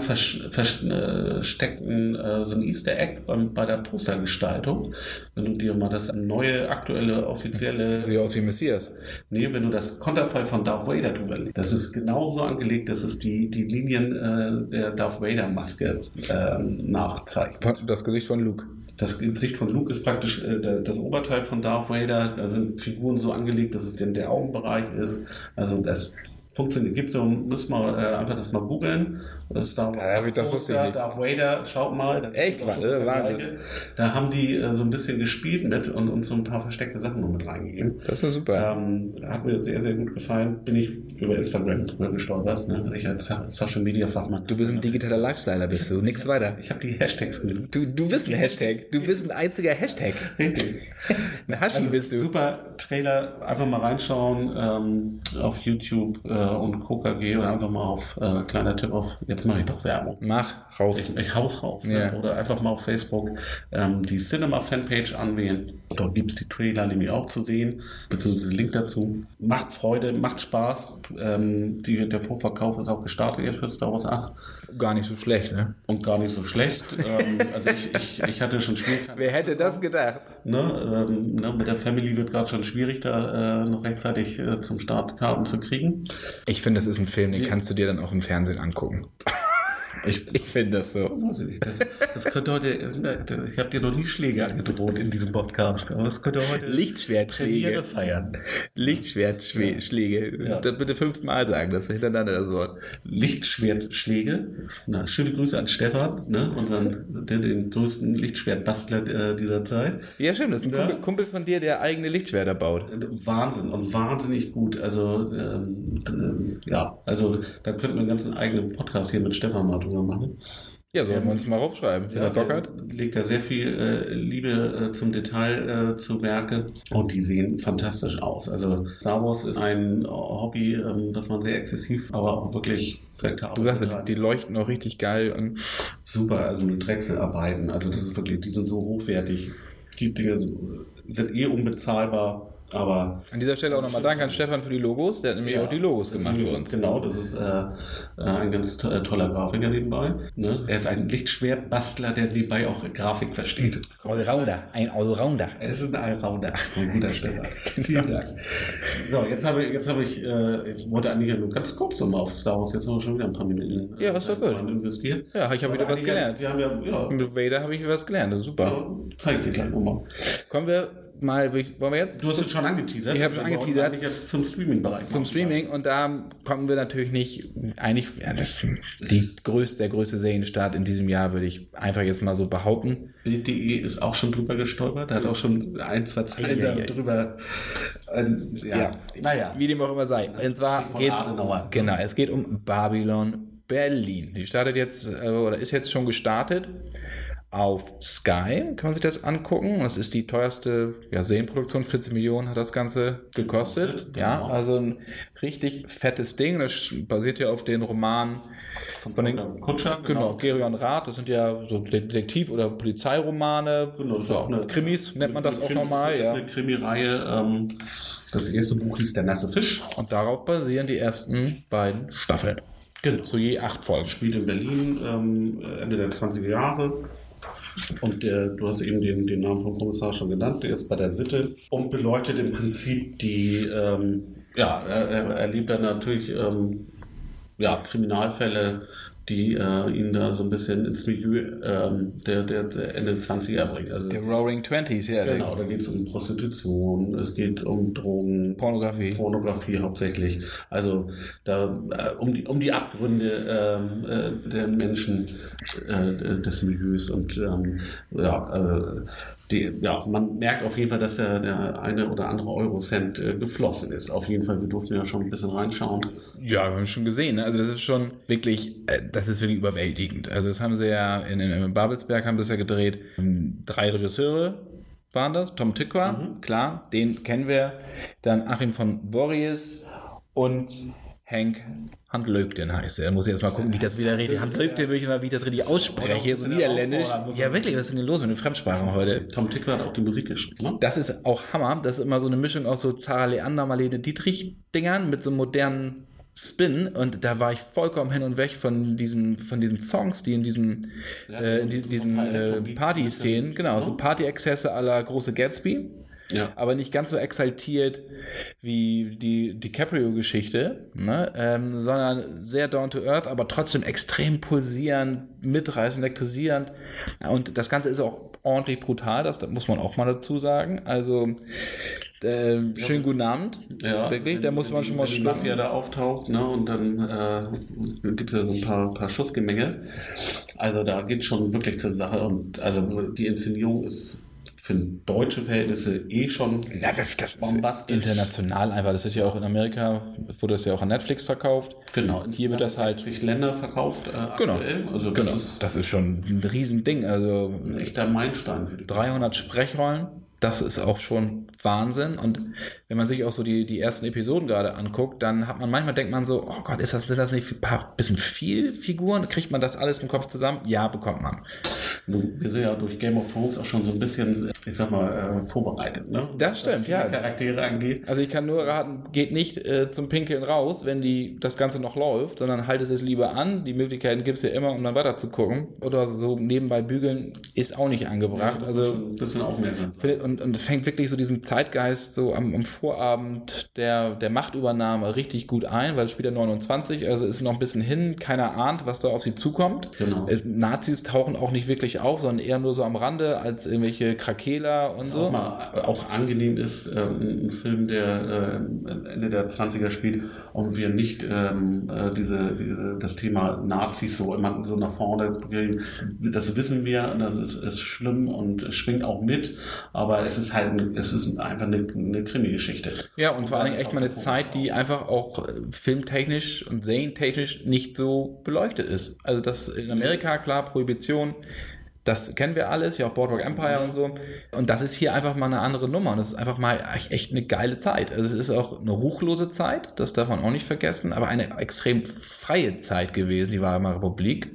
versteckten, äh, so ein Easter Egg beim, bei der Postergestaltung. Wenn du dir mal das neue, aktuelle, offizielle... Sieht aus wie Messias. Nee, wenn du das Konterfei von Darth Vader drüber legst. Das ist genauso angelegt, dass es die, die Linien äh, der Darth Vader Maske äh, nachzeigt. Das Gesicht von Luke. Das Gesicht von Luke ist praktisch äh, der, das Oberteil von Darth Vader. Da sind Figuren so angelegt, dass es denn der Augenbereich ist. Also das funktioniert. Gibt so, müssen wir äh, einfach das mal googeln. Star Wars. Ja, das wusste ich nicht. Darth Vader, schaut mal. Echt? Wahnsinn. Da haben die äh, so ein bisschen gespielt mit und uns so ein paar versteckte Sachen noch mit reingegeben. Das ist super. Ähm, hat mir sehr, sehr gut gefallen. Bin ich über Instagram drüber gestolpert. Ne? Ich als Social Media Fachmann. Du bist ein digitaler Lifestyler, bist du. Nix weiter. Ich habe die Hashtags gesucht. Du, du bist ein Hashtag. Du bist ein einziger Hashtag. Richtig. Ein Haschi also, bist du. Super Trailer. Einfach mal reinschauen ähm, auf YouTube äh, und Co K G oder einfach mal auf äh, kleiner Tipp auf, jetzt mache ich doch Werbung. Mach raus. Ich, ich hau's raus. Ja. Ne? Oder einfach mal auf Facebook ähm, die Cinema-Fanpage anwählen. Dort gibt es die Trailer nämlich auch zu sehen, beziehungsweise den Link dazu. Macht Freude, macht Spaß. Ähm, die, der Vorverkauf ist auch gestartet jetzt für Star Wars acht. Gar nicht so schlecht, ne? Und gar nicht so schlecht. ähm, also ich, ich, ich hatte schon Schwierigkeiten. Wer hätte das gedacht? Ne, ähm, ne, mit der Family wird gerade schon schwierig, da äh, noch rechtzeitig äh, zum Start Karten zu kriegen. Ich finde, das ist ein Film, den Wie? kannst du dir dann auch im Fernsehen angucken. Ich, ich finde das so. Das, das könnte heute, ich habe dir noch nie Schläge angedroht in diesem Podcast, aber das könnte heute Lichtschwertschläge feiern. Lichtschwertschläge. Ja. Das bitte fünfmal sagen, das ist hintereinander das Wort. Lichtschwertschläge. Na, schöne Grüße an Stefan, ne, unseren, den, den größten Lichtschwertbastler äh, dieser Zeit. Ja, stimmt, das ist ein ja. Kumpel, Kumpel von dir, der eigene Lichtschwerter baut. Wahnsinn und wahnsinnig gut. Also, ähm, ja, also da könnten wir einen ganzen eigenen Podcast hier mit Stefan mal drüber machen. Ja, sollen wir uns mal raufschreiben, wenn ja, er Bock hat. Legt da sehr viel äh, Liebe äh, zum Detail äh, zu Werke und die sehen fantastisch aus. Also Star Wars ist ein Hobby, ähm, das man sehr exzessiv, aber auch wirklich Du sagst ja, die, die leuchten auch richtig geil. Und super, also mit Drechselarbeiten, also das ist wirklich, die sind so hochwertig. Die Dinge sind, sind eh unbezahlbar. Aber an dieser Stelle auch nochmal Dank an Stefan für die Logos. Der hat nämlich ja, auch die Logos gemacht für uns. Genau, das ist äh, ein ganz to- toller Grafiker nebenbei. Ne? Er ist ein Lichtschwertbastler, der nebenbei auch Grafik versteht. Allrounder, ein Allrounder. Er ist ein Allrounder. Ein guter Stefan. Vielen Dank. So, jetzt habe ich, jetzt habe ich, äh, ich wollte eigentlich nur ganz kurz nochmal auf Star Wars, jetzt haben wir schon wieder ein paar Minuten ja, ist doch gut. investiert. Ja, ich habe wieder was gelernt. Wir haben ja, ja. Mit Vader habe ich wieder was gelernt, das ist super. Ja, zeig ich dir gleich nochmal. Kommen wir mal, wollen wir jetzt? Du hast es schon angeteasert. Ich habe schon angeteasert. Jetzt zum Streaming-Bereich. Zum Streaming und da kommen wir natürlich nicht, eigentlich, ja, das, die größte, der größte Serienstart in diesem Jahr, würde ich einfach jetzt mal so behaupten. Bild punkt de ist auch schon drüber gestolpert, da hat auch schon ein, zwei Zeilen ja, ja, ja. drüber, äh, ja. ja, naja. Wie dem auch immer sei. Und zwar geht genau, es geht um Babylon Berlin. Die startet jetzt, oder ist jetzt schon gestartet. Auf Sky kann man sich das angucken. Das ist die teuerste ja, Serienproduktion. vierzehn Millionen hat das Ganze gekostet. Genau. Ja, also ein richtig fettes Ding. Das basiert ja auf den Romanen von, von den Kutscher. Genau, genau Gerion Rath. Das sind ja so Detektiv- oder Polizeiromane. Genau, das so, ist auch eine, Krimis nennt man das auch Krimi, nochmal. Das ist ja. eine Krimireihe. Ähm, das erste Buch hieß Der nasse Fisch. Und darauf basieren die ersten beiden Staffeln. Genau. So je acht Folgen. Spielt in Berlin ähm, Ende der zwanziger Jahre. Und der, du hast eben den, den Namen vom Kommissar schon genannt, der ist bei der Sitte und beleuchtet im Prinzip die, ähm, ja, er, er erlebt dann natürlich ähm, ja, Kriminalfälle, die äh, ihn da so ein bisschen ins Milieu ähm, der, der, der Ende zwanziger bringt. Also der Roaring Twenties, ja. Genau, da geht es um Prostitution, es geht um Drogen, Pornografie, Pornografie hauptsächlich. Also da äh, um die um die Abgründe äh, der Menschen äh, des Milieus und ähm, ja, äh, die, ja, man merkt auf jeden Fall, dass der, der eine oder andere Eurocent äh, geflossen ist. Auf jeden Fall, wir durften ja schon ein bisschen reinschauen. Ja, wir haben schon gesehen. Ne? Also das ist schon wirklich, äh, das ist wirklich überwältigend. Also das haben sie ja in, in, in Babelsberg haben das ja gedreht. Drei Regisseure waren das. Tom Tykwer, mhm. klar, den kennen wir. Dann Achim von Borries und Henk Handleukten heißt er. Da muss ich erst mal gucken, wie ich das wieder rede. Handleukten will ich mal, wie ich das richtig ausspreche. So niederländisch. Ja, wirklich, was ist denn los mit den Fremdsprachen heute? Tom Tykwer hat auch die Musik geschrieben, ne? Das ist auch Hammer. Das ist immer so eine Mischung aus so Zara Leander, Marlene Dietrich-Dingern mit so modernen Spin, und da war ich vollkommen hin und weg von diesen, von diesen Songs, die in diesem, ja, äh, in die, diesen äh, Party-Szenen, genau, so Party-Exzesse à la große Gatsby. Ja. Aber nicht ganz so exaltiert wie die DiCaprio-Geschichte, ne? ähm, sondern sehr down to earth, aber trotzdem extrem pulsierend, mitreißend, elektrisierend. Und das Ganze ist auch ordentlich brutal, das muss man auch mal dazu sagen. Also äh, schönen guten Abend. Ja, wirklich, da muss man schon mal schlucken. Wenn die Mafia da auftaucht, ne, und dann äh, gibt es ja so ein paar, paar Schussgemenge. Also da geht es schon wirklich zur Sache, und also die Inszenierung ist für deutsche Verhältnisse eh schon ja, das, das bombastisch. Ist international einfach. Das ist ja auch in Amerika, wurde das ja auch an Netflix verkauft. Genau. Hier wird das halt sechzig Länder verkauft. Äh, genau. Aktuell. Also das, genau. Ist das ist schon ein Riesending. Also ein echter Meilenstein. Für die dreihundert Sprechrollen. Das ist auch schon Wahnsinn. Und wenn man sich auch so die, die ersten Episoden gerade anguckt, dann hat man manchmal denkt man so, oh Gott, ist das, sind das nicht ein paar, bisschen viel Figuren? Kriegt man das alles im Kopf zusammen? Ja, bekommt man. Nun, wir sind ja durch Game of Thrones auch schon so ein bisschen, ich sag mal, äh, vorbereitet, ne? Das stimmt, was ja. Charaktere angeht. Also ich kann nur raten, geht nicht äh, zum Pinkeln raus, wenn die das Ganze noch läuft, sondern haltet es lieber an. Die Möglichkeiten gibt es ja immer, um dann weiter zu gucken. Oder so nebenbei bügeln ist auch nicht angebracht. Ja, also ein bisschen aufmerksam. Und, und fängt wirklich so diesen Zeitgeist so am, am Vorabend der, der Machtübernahme richtig gut ein, weil es spielt ja neunundzwanzig, also ist noch ein bisschen hin, keiner ahnt, was da auf sie zukommt. Genau. Es, Nazis tauchen auch nicht wirklich auf, sondern eher nur so am Rande als irgendwelche Krakeler und was so. Auch, mal, auch angenehm ist, äh, ein Film, der äh, Ende der zwanziger spielt und wir nicht ähm, äh, diese, diese, das Thema Nazis so immer so nach vorne bringen. Das wissen wir, das ist, ist schlimm und schwingt auch mit, aber es ist halt, es ist einfach eine, eine Krimi-Geschichte. Geschichte. Ja, und, und vor allem echt mal eine Zeit, die einfach auch filmtechnisch und serientechnisch nicht so beleuchtet ist. Also das in Amerika, klar, Prohibition, das kennen wir alles, ja auch Boardwalk Empire und so. Und das ist hier einfach mal eine andere Nummer. Und das ist einfach mal echt eine geile Zeit. Also es ist auch eine ruchlose Zeit, das darf man auch nicht vergessen, aber eine extrem freie Zeit gewesen, die Weimarer Republik.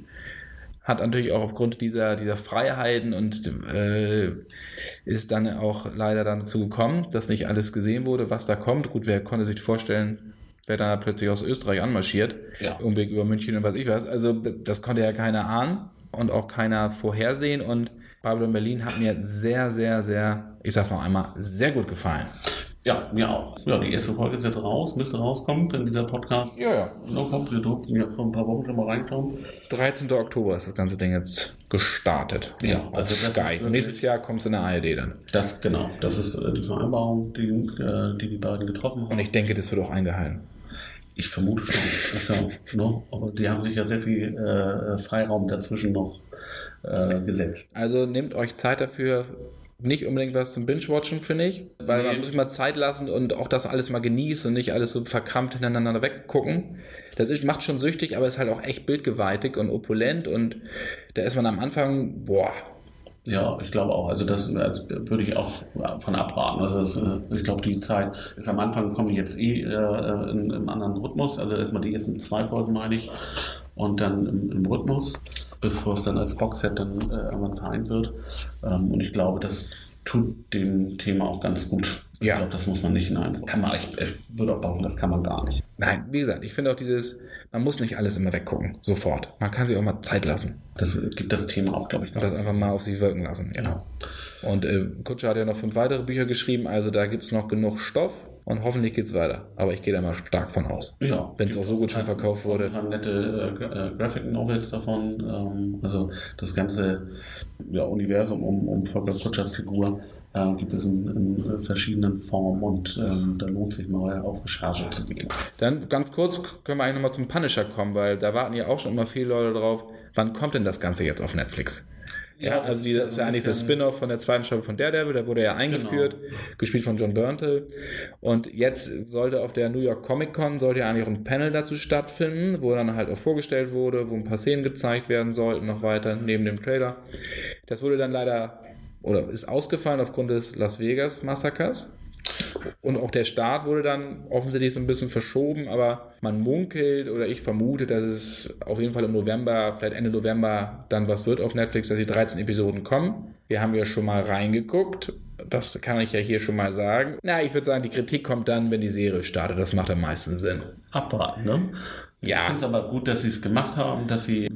Hat natürlich auch aufgrund dieser, dieser Freiheiten und äh, ist dann auch leider dann dazu gekommen, dass nicht alles gesehen wurde, was da kommt. Gut, wer konnte sich vorstellen, wer dann plötzlich aus Österreich anmarschiert, ja. Umweg über München und was ich weiß. Also das konnte ja keiner ahnen und auch keiner vorhersehen. Und Babylon Berlin hat mir sehr, sehr, sehr, ich sag's noch einmal, sehr gut gefallen. Ja, mir auch. Ja, die erste Folge ist jetzt raus, müsste rauskommen, wenn dieser Podcast ja, ja. noch kommt. Wir durften ja vor ein paar Wochen schon mal reinschauen. dreizehnten Oktober ist das ganze Ding jetzt gestartet. Ja, also das Sky. ist nächstes Jahr kommt es in der A R D dann. Das, genau, das ist äh, die Vereinbarung, die, äh, die die beiden getroffen haben. Und ich denke, das wird auch eingehalten. Ich vermute schon. Also, ne? Aber die haben sich ja sehr viel äh, Freiraum dazwischen noch äh, gesetzt. Also nehmt euch Zeit dafür. Nicht unbedingt was zum Binge-Watchen, finde ich, weil nee. man muss sich mal Zeit lassen und auch das alles mal genießen und nicht alles so verkrampft hintereinander weggucken. Das ist, macht schon süchtig, aber ist halt auch echt bildgewaltig und opulent und da ist man am Anfang, boah. Ja, ich glaube auch. Also das, das würde ich auch von abraten. Also das, ich glaube, die Zeit ist am Anfang, kommen die jetzt eh äh, in, im anderen Rhythmus. Also erstmal die ersten zwei Folgen, meine ich, und dann im, im Rhythmus, bevor es dann als Boxset dann äh, irgendwann vereint wird. Ähm, und ich glaube, das tut dem Thema auch ganz gut. Ja. Ich glaube, das muss man nicht in einem... Kann man, ich, ich würde auch behaupten, das kann man gar nicht. Nein, wie gesagt, ich finde auch dieses, man muss nicht alles immer weggucken, sofort. Man kann sich auch mal Zeit lassen. Das gibt das Thema auch, glaube ich, gar nicht. Das einfach mal auf sich wirken lassen, ja. Genau. Und äh, Kutscher hat ja noch fünf weitere Bücher geschrieben, also da gibt es noch genug Stoff. Und hoffentlich geht's weiter. Aber ich gehe da mal stark von aus. Ja. Wenn es auch so gut schon verkauft wurde. Ein paar nette äh, Graphic Novels davon. Ähm, also das ganze ja, Universum um, um Volker Kutschers Figur äh, gibt es in, in verschiedenen Formen und ähm, da lohnt sich mal auf Recherche zu gehen. Dann ganz kurz können wir eigentlich nochmal zum Punisher kommen, weil da warten ja auch schon immer viele Leute drauf. Wann kommt denn das Ganze jetzt auf Netflix? Ja, ja, also das ist ja, so ja eigentlich das Spin-off von der zweiten Staffel von Daredevil, da wurde er ja eingeführt, genau. Gespielt von John Bernthal. Und jetzt sollte auf der New York Comic Con sollte ja eigentlich auch ein Panel dazu stattfinden, wo dann halt auch vorgestellt wurde, wo ein paar Szenen gezeigt werden sollten, noch weiter neben dem Trailer. Das wurde dann leider, oder ist ausgefallen aufgrund des Las Vegas Massakers. Und auch der Start wurde dann offensichtlich so ein bisschen verschoben, aber man munkelt oder ich vermute, dass es auf jeden Fall im November, vielleicht Ende November dann was wird auf Netflix, dass die dreizehn Episoden kommen. Wir haben ja schon mal reingeguckt, das kann ich ja hier schon mal sagen. Na, ich würde sagen, die Kritik kommt dann, wenn die Serie startet, das macht am meisten Sinn. Abwarten, ne? Ja. Ich finde es aber gut, dass sie es gemacht haben, dass sie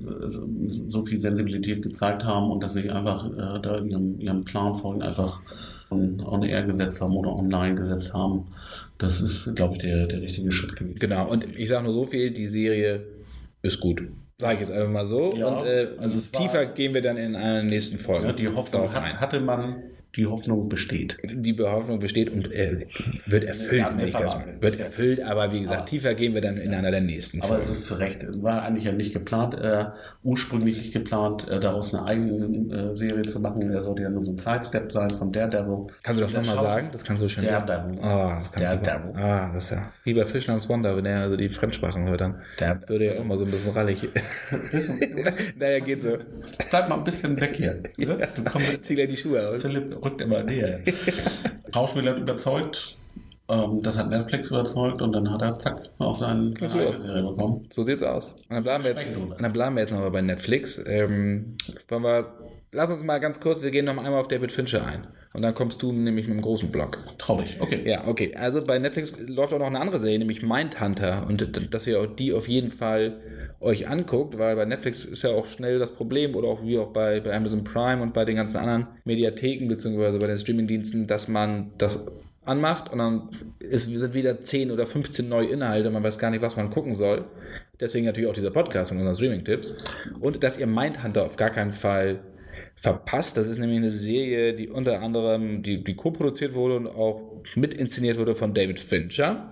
so viel Sensibilität gezeigt haben und dass sie einfach äh, da ihrem, ihrem Plan folgen, einfach on air gesetzt haben oder online gesetzt haben. Das ist, glaube ich, der, der richtige Schritt gewesen. Genau, und ich sage nur so viel, die Serie ist gut. Sage ich jetzt einfach mal so. Ja, und äh, also tiefer war, gehen wir dann in einer nächsten Folge. Ja, die Hoffnung hat, hatte man, die Hoffnung besteht. Die Hoffnung besteht und äh, wird erfüllt, ja, wenn ich das mal. Wird erfüllt, aber wie gesagt, aber, tiefer gehen wir dann in ja, einer der nächsten aber Folgen. Aber es ist zu Recht, war eigentlich ja nicht geplant, äh, ursprünglich nicht geplant, äh, daraus eine eigene äh, Serie zu machen. Er sollte ja nur so ein Sidestep sein von Daredevil. Kannst du das nochmal sagen? Das kannst du schön sagen. Daredevil. Oh, das kannst Daredevil. Du ah, das ist ja wie bei Fischlands Wonder, wenn er also die Fremdsprachen hört, dann Daredevil. würde er auch mal so ein bisschen rallig. Naja, geht so. Bleib mal ein bisschen weg hier. Ja. Du kommst, zieh gleich die Schuhe aus. Philipp rückt immer näher. Schauspieler hat überzeugt, ähm, das hat Netflix überzeugt und dann hat er zack auch seine eigene Serie bekommen. So sieht's aus. Und dann bleiben wir jetzt, und dann bleiben wir jetzt nochmal bei Netflix. Ähm, wollen wir, lass uns mal ganz kurz, wir gehen noch einmal auf David Fincher ein. Und dann kommst du nämlich mit einem großen Block. Traurig, okay. Ja, okay. Also bei Netflix läuft auch noch eine andere Serie, nämlich Mindhunter. Und dass ihr auch die auf jeden Fall euch anguckt, weil bei Netflix ist ja auch schnell das Problem, oder auch wie auch bei, bei Amazon Prime und bei den ganzen anderen Mediatheken, beziehungsweise bei den Streamingdiensten, dass man das anmacht und dann ist, sind wieder zehn oder fünfzehn neue Inhalte, man weiß gar nicht, was man gucken soll. Deswegen natürlich auch dieser Podcast mit unseren Streaming-Tipps. Und dass ihr Mindhunter auf gar keinen Fall verpasst. Das ist nämlich eine Serie, die unter anderem, die, die co-produziert wurde und auch mit inszeniert wurde von David Fincher.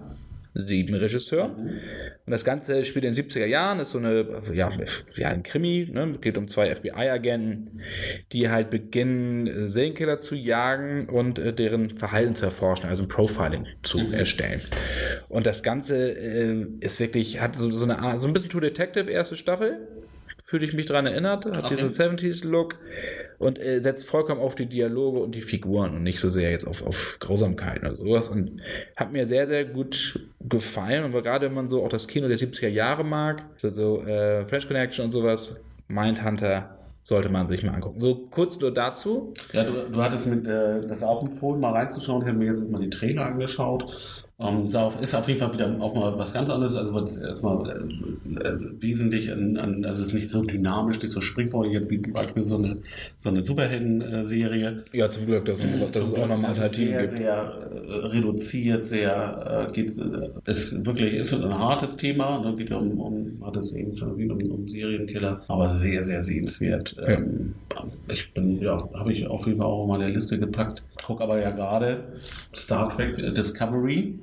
sieben Regisseur. Mhm. Und das Ganze spielt in den siebziger Jahren, ist so eine, ja, ja ein Krimi, ne? Geht um zwei F B I-Agenten, die halt beginnen, Serienkiller zu jagen und äh, deren Verhalten zu erforschen, also ein Profiling zu mhm. erstellen. Und das Ganze äh, ist wirklich, hat so, so eine Art, so ein bisschen True Detective erste Staffel, fühle ich mich daran erinnert, hat okay. diesen siebziger-Look und äh, setzt vollkommen auf die Dialoge und die Figuren und nicht so sehr jetzt auf, auf Grausamkeiten oder sowas und hat mir sehr, sehr gut gefallen und gerade wenn man so auch das Kino der siebziger Jahre mag, so, so äh, French Connection und sowas, Mindhunter, sollte man sich mal angucken. So kurz nur dazu. Ja, du, du hattest mir äh, das auch empfohlen, mal reinzuschauen. Ich habe mir jetzt mal die Trailer angeschaut. Um, ist auf jeden Fall wieder auch mal was ganz anderes. Also erstmal äh, äh, wesentlich, an, an, also es ist nicht so dynamisch, nicht so springfreudig wie zum Beispiel so eine, so eine Superhelden-Serie. Ja, zum Glück, dass, dass es auch nochmal Alternativen gibt. Sehr, sehr äh, reduziert, sehr, äh, geht, äh, ist wirklich, ist ein hartes Thema, ne, geht um, um, hat es eben schon erwähnt, um, um Serienkiller, aber sehr, sehr sehenswert. Ja. Ähm, ich bin, ja, habe ich auf jeden Fall auch mal in der Liste gepackt. Guck aber ja gerade Star Trek Discovery.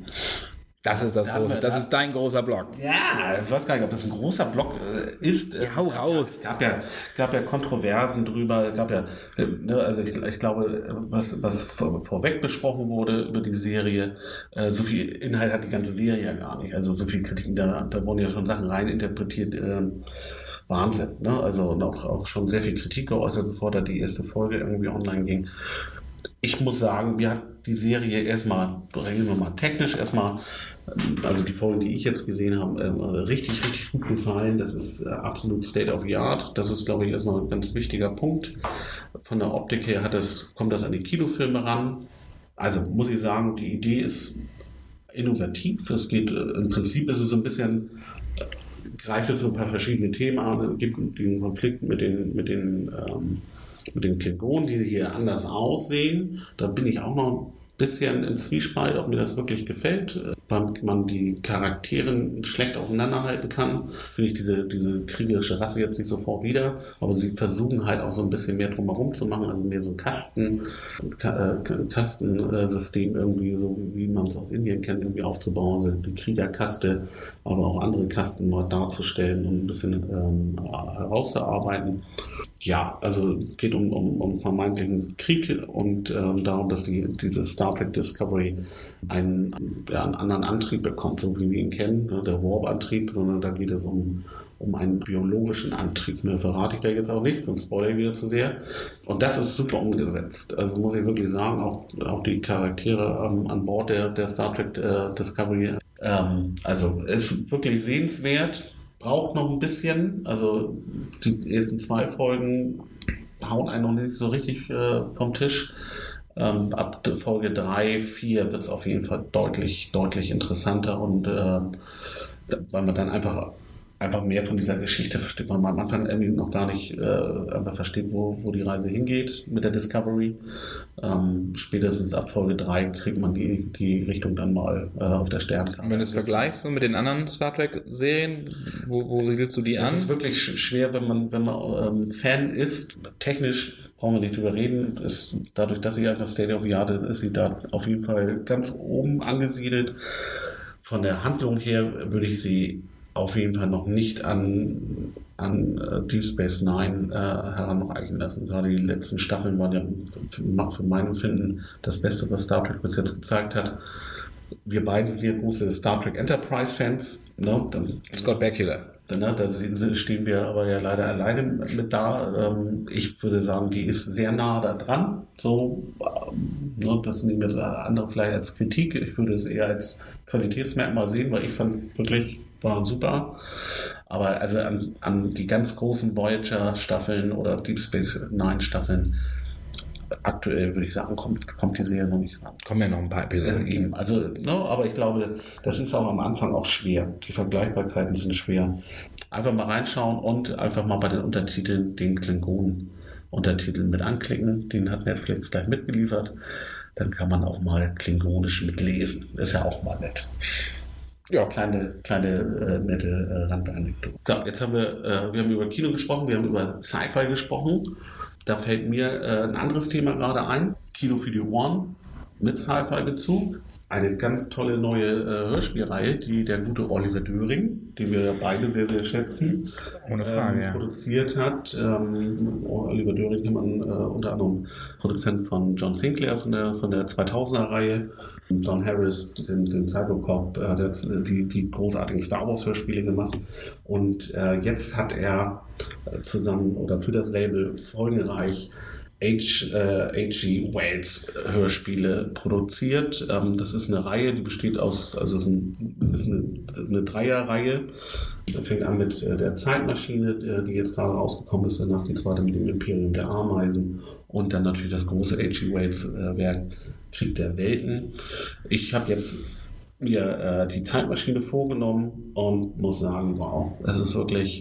Das ist das da große, das ist dein großer Block. Ja, ich weiß gar nicht, ob das ein großer Block äh, ist. Ja, hau raus. Es gab ja, gab ja Kontroversen drüber, gab ja, ne, also ich, ich glaube, was, was vor, vorweg besprochen wurde über die Serie, äh, so viel Inhalt hat die ganze Serie ja gar nicht. Also so viel Kritiken, da, da wurden ja schon Sachen reininterpretiert. Äh, Wahnsinn, ne? Also und auch, auch schon sehr viel Kritik geäußert, bevor da die erste Folge irgendwie online ging. Ich muss sagen, mir hat die Serie erstmal, reden wir mal technisch erstmal, also die Folgen, die ich jetzt gesehen habe, richtig, richtig gut gefallen. Das ist absolut State of the Art. Das ist, glaube ich, erstmal ein ganz wichtiger Punkt. Von der Optik her hat das, kommt das an die Kinofilme ran. Also muss ich sagen, die Idee ist innovativ. Es geht, im Prinzip ist es so ein bisschen, greift es so ein paar verschiedene Themen an. Es gibt den Konflikt mit den, mit den, ähm, mit den Klingonen, die hier anders aussehen. Da bin ich auch noch ein bisschen im Zwiespalt, ob mir das wirklich gefällt, weil man die Charaktere schlecht auseinanderhalten kann. Finde ich diese, diese kriegerische Rasse jetzt nicht sofort wieder, aber sie versuchen halt auch so ein bisschen mehr drumherum zu machen, also mehr so Kasten, Ka- äh, Kastensystem irgendwie, so wie man es aus Indien kennt, irgendwie aufzubauen, also die Kriegerkaste, aber auch andere Kasten mal darzustellen und ein bisschen ähm, herauszuarbeiten. Ja, also geht um, um, um vermeintlichen Krieg und ähm, darum, dass die, diese Star Trek Discovery einen, ja, einen anderen Antrieb bekommt, so wie wir ihn kennen, ne, der Warp-Antrieb, sondern da geht es um, um einen biologischen Antrieb. Mehr verrate ich da jetzt auch nicht, sonst spoilere ich wieder zu sehr. Und das ist super umgesetzt. Also muss ich wirklich sagen, auch, auch die Charaktere ähm, an Bord der, der Star Trek äh, Discovery, ähm, also ist wirklich sehenswert. Braucht noch ein bisschen, also die ersten zwei Folgen hauen einen noch nicht so richtig äh, vom Tisch. Ähm, ab Folge drei, vier wird es auf jeden Fall deutlich, deutlich interessanter und äh, weil man dann einfach einfach mehr von dieser Geschichte versteht, weil man am Anfang irgendwie noch gar nicht äh, einfach versteht, wo, wo die Reise hingeht mit der Discovery. Ähm, spätestens ab Folge drei kriegt man die, die Richtung dann mal äh, auf der Sternkarte. Und wenn du es vergleichst so mit den anderen Star Trek-Serien, wo, wo siedelst du die an? Es ist wirklich schwer, wenn man, wenn man ähm, Fan ist. Technisch brauchen wir nicht drüber reden. Ist, dadurch, dass sie einfach State of the Art ist, ist sie da auf jeden Fall ganz oben angesiedelt. Von der Handlung her würde ich sie auf jeden Fall noch nicht an, an uh, Deep Space Nine äh, heranreichen lassen. Gerade die letzten Staffeln waren ja für mein Empfinden das Beste, was Star Trek bis jetzt gezeigt hat. Wir beiden sind hier große Star Trek Enterprise-Fans. Ne? Dann, Scott Bakula. Ne? Da stehen wir aber ja leider alleine mit da. Ähm, ich würde sagen, die ist sehr nah da dran. So, ne? Das nehmen jetzt andere vielleicht als Kritik. Ich würde es eher als Qualitätsmerkmal sehen, weil ich fand wirklich, war super. Aber also an, an die ganz großen Voyager-Staffeln oder Deep Space Nine-Staffeln aktuell würde ich sagen, kommt, kommt die Serie noch nicht ran. Kommen ja noch ein paar Episoden. Äh, eben. Also, ne, aber ich glaube, das ist auch am Anfang auch schwer. Die Vergleichbarkeiten sind schwer. Einfach mal reinschauen und einfach mal bei den Untertiteln den Klingonen-Untertitel mit anklicken. Den hat Netflix gleich mitgeliefert. Dann kann man auch mal klingonisch mitlesen. Ist ja auch mal nett. Ja, kleine, kleine äh, nette äh, Randanekdote. So, jetzt haben wir, äh, wir haben über Kino gesprochen, wir haben über Sci-Fi gesprochen. Da fällt mir äh, ein anderes Thema gerade ein. Kino Video One mit Sci-Fi-Bezug. eine ganz tolle neue äh, Hörspielreihe, die der gute Oliver Döring, den wir beide sehr, sehr schätzen, Ohne Frage, ähm, ja. produziert hat. Ähm, Oliver Döring kennt man äh, unter anderem Produzent von John Sinclair von der, von der zweitausender-Reihe, Don Harris, den, den Psycho-Cop, äh, der hat die, die großartigen Star Wars-Hörspiele gemacht. Und äh, jetzt hat er äh, zusammen oder für das Label Folgenreich H, äh, H G Wells Hörspiele produziert. Ähm, das ist eine Reihe, die besteht aus, also es ist, ein, es ist eine, eine Dreierreihe. Das fängt an mit äh, der Zeitmaschine, äh, die jetzt gerade rausgekommen ist, danach die zweite mit dem Imperium der Ameisen und dann natürlich das große H G Wells äh, Werk Krieg der Welten. Ich habe jetzt mir äh, die Zeitmaschine vorgenommen und muss sagen, wow, es ist wirklich...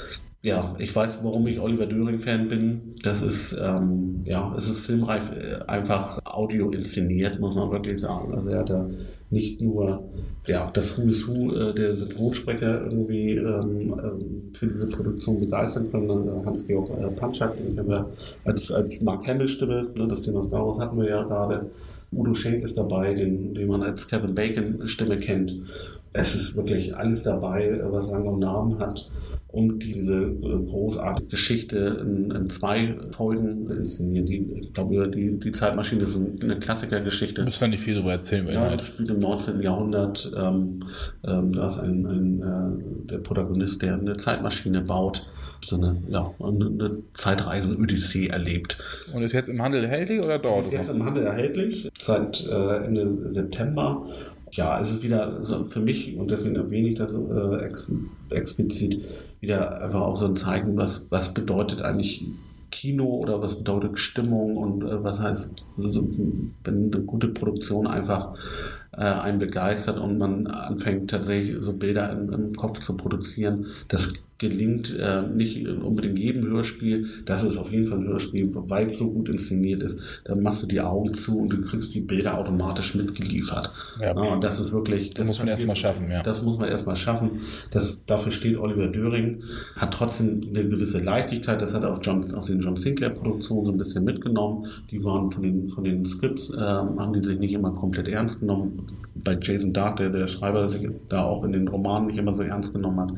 Ja, ich weiß, warum ich Oliver Döring-Fan bin. Das ist, ähm, ja, es ist filmreif, äh, einfach Audio inszeniert, muss man wirklich sagen. Also er hat da nicht nur, ja, das Who is Who äh, der Synchronsprecher irgendwie ähm, äh, für diese Produktion begeistern können. Hans-Georg äh, Panczak, den kennen wir als, als Mark Hamill-Stimme, ne, das Thema Star Wars hatten wir ja gerade. Udo Schenk ist dabei, den, den man als Kevin Bacon-Stimme kennt. Es ist wirklich alles dabei, was Rang und Namen hat, um diese äh, großartige Geschichte in, in zwei Folgen zu inszenieren. Die, ich glaube, die, die Zeitmaschine ist eine Klassikergeschichte. Du musst gar nicht viel darüber erzählen. Ja, das spielt im neunzehnten. Jahrhundert. Ähm, ähm, da ist ein, ein, äh, der Protagonist, der eine Zeitmaschine baut, so eine, ja, eine, eine Zeitreisen-Odyssee erlebt. Und ist jetzt im Handel erhältlich oder dort? Ist jetzt im Handel erhältlich, seit äh, Ende September. Ja, es ist wieder so für mich, und deswegen erwähne ich das so äh, ex, explizit, wieder einfach auch so ein Zeichen, was, was bedeutet eigentlich Kino oder was bedeutet Stimmung und äh, was heißt, also, wenn eine gute Produktion einfach äh, einen begeistert und man anfängt tatsächlich so Bilder im, im Kopf zu produzieren. Das gelingt äh, nicht unbedingt jedem Hörspiel. Das ist auf jeden Fall ein Hörspiel, weil es so gut inszeniert ist. Da machst du die Augen zu und du kriegst die Bilder automatisch mitgeliefert. Ja. Ja, und das ist wirklich... Das, das muss man erstmal schaffen, ja. Das muss man erstmal schaffen. Das, dafür steht Oliver Döring. Hat trotzdem eine gewisse Leichtigkeit. Das hat er auf John, aus den John Sinclair-Produktionen so ein bisschen mitgenommen. Die waren von den, von den Skripts, äh, haben die sich nicht immer komplett ernst genommen. Bei Jason Dark, der, der Schreiber, sich da auch in den Romanen nicht immer so ernst genommen hat.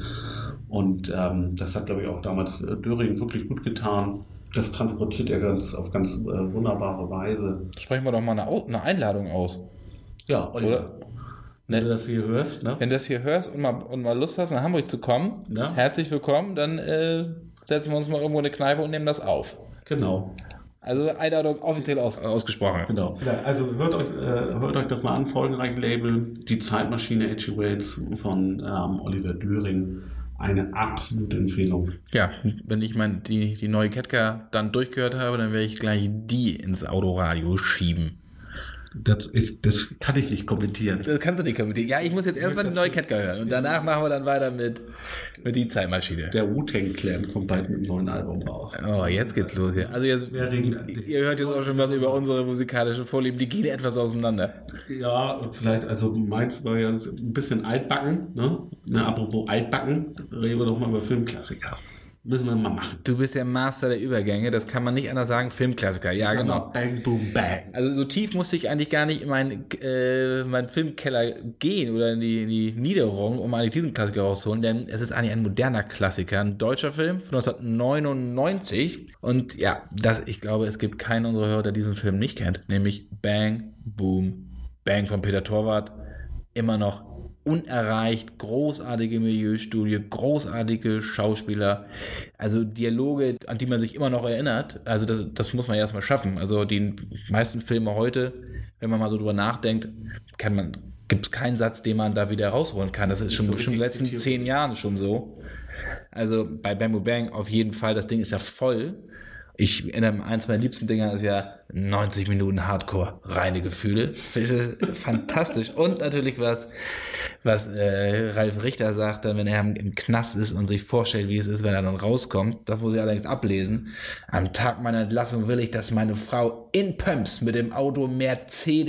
Und ähm, das hat, glaube ich, auch damals äh, Döring wirklich gut getan. Das transportiert er ganz, auf ganz äh, wunderbare Weise. Sprechen wir doch mal eine, eine Einladung aus. Ja, Oliver. Oder? Wenn du das hier hörst, ne? Wenn du das hier hörst und mal, und mal Lust hast, nach Hamburg zu kommen, ja. Herzlich willkommen, dann äh, setzen wir uns mal irgendwo in eine Kneipe und nehmen das auf. Genau. Also Einladung offiziell aus, ausgesprochen. Genau. Also hört euch, äh, hört euch das mal an, Folgenreich Label, die Zeitmaschine H G Wells von ähm, Oliver Döring. Eine absolute Empfehlung. Ja, wenn ich mein, die, die neue Ketka dann durchgehört habe, dann werde ich gleich die ins Autoradio schieben. Das, ich, das kann ich nicht kommentieren. Das kannst du nicht kommentieren. Ja, ich muss jetzt erstmal die neue Ketka hören und danach machen wir dann weiter mit, mit die Zeitmaschine. Der Wu-Tang Clan kommt bald mit einem neuen Album raus. Oh, jetzt geht's los hier. Also jetzt, ihr hört jetzt auch schon was über unsere musikalischen Vorlieben. Die gehen etwas auseinander. Ja, und vielleicht, also meins war ja ein bisschen altbacken, ne? ne apropos altbacken, reden wir doch mal über Filmklassiker. Müssen wir mal machen. Du bist der Master der Übergänge, das kann man nicht anders sagen, Filmklassiker, ja das genau. Bang, boom, bang. Also so tief musste ich eigentlich gar nicht in meinen äh, mein Filmkeller gehen oder in die, in die Niederung, um eigentlich diesen Klassiker rauszuholen, denn es ist eigentlich ein moderner Klassiker, ein deutscher Film von neunzehnhundertneunundneunzig und ja, das, ich glaube, es gibt keinen unserer Hörer, der diesen Film nicht kennt, nämlich Bang, Boom, Bang von Peter Torwart, immer noch unerreicht, großartige Milieustudie, großartige Schauspieler, also Dialoge, an die man sich immer noch erinnert, also das, das muss man erstmal schaffen, also die meisten Filme heute, wenn man mal so drüber nachdenkt, kann man, gibt es keinen Satz, den man da wieder rausholen kann, das ist schon bestimmt in den letzten zehn Jahren schon so, also bei Bam Bang auf jeden Fall, das Ding ist ja voll. Ich erinnere, eins meiner liebsten Dinger ist ja neunzig Minuten Hardcore, reine Gefühle. Das ist fantastisch. Und natürlich was, was äh, Ralf Richter sagt, dann, wenn er im Knast ist und sich vorstellt, wie es ist, wenn er dann rauskommt. Das muss ich allerdings ablesen. Am Tag meiner Entlassung will ich, dass meine Frau in Pumps mit dem Auto Mercedes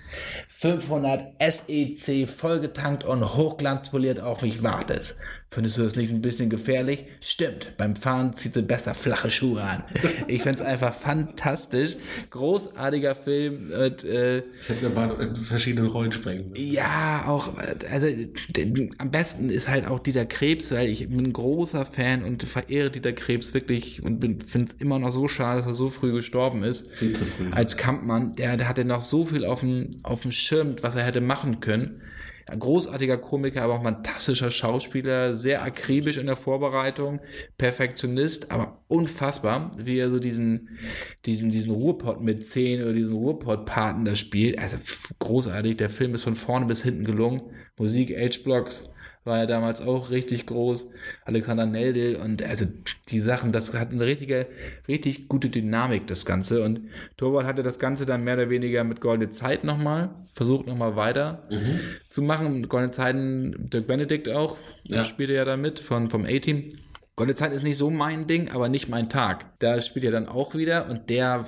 fünfhundert S E C vollgetankt und hochglanzpoliert auf mich wartet. Findest du das nicht ein bisschen gefährlich? Stimmt, beim Fahren zieht sie besser flache Schuhe an. Ich finde es einfach fantastisch. Großartiger Film. Und, äh, das hätten wir mal in verschiedenen Rollen sprechen müssen. Ja, auch, also d- am besten ist halt auch Dieter Krebs, weil ich bin ein großer Fan und verehre Dieter Krebs wirklich und finde es immer noch so schade, dass er so früh gestorben ist. Viel zu früh. Als Kampfmann, der, der hatte noch so viel auf dem, auf dem Schirm, was er hätte machen können. Ein großartiger Komiker, aber auch fantastischer Schauspieler, sehr akribisch in der Vorbereitung, Perfektionist, aber unfassbar, wie er so diesen, diesen, diesen Ruhrpott mit zehn oder diesen Ruhrpott-Paten da spielt. Also großartig, der Film ist von vorne bis hinten gelungen. Musik, H-Blocks war ja damals auch richtig groß, Alexander Neldl und also die Sachen, das hat eine richtige, richtig gute Dynamik, das Ganze, und Torwart hatte das Ganze dann mehr oder weniger mit Goldene Zeit nochmal, versucht nochmal weiter mhm. zu machen, Goldene Zeiten, Dirk Benedict auch, ja. Der spielte ja da mit von, vom A-Team. Goldene Zeit ist nicht so mein Ding, aber nicht mein Tag. Da spielt er dann auch wieder und der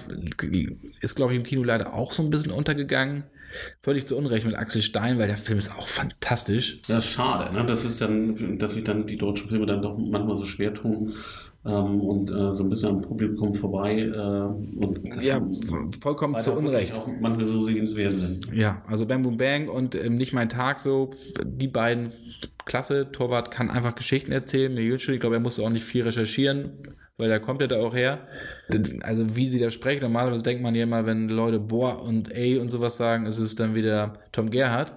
ist, glaube ich, im Kino leider auch so ein bisschen untergegangen. Völlig zu Unrecht mit Axel Stein, weil der Film ist auch fantastisch. Ja, ist schade, ne? Das ist dann, dass sich dann die deutschen Filme dann doch manchmal so schwer tun ähm, und äh, so ein bisschen am Publikum vorbei äh, und ja, vollkommen zu Unrecht. Auch manchmal so sehenswert sind. Ja, also Bam Boom Bang und ähm, Nicht mein Tag, so die beiden klasse. Torwart kann einfach Geschichten erzählen. Ich glaube, er musste auch nicht viel recherchieren, weil da kommt er da auch her. Also wie sie da sprechen, normalerweise denkt man ja immer, wenn Leute Boah und Ey und sowas sagen, ist es dann wieder Tom Gerhardt.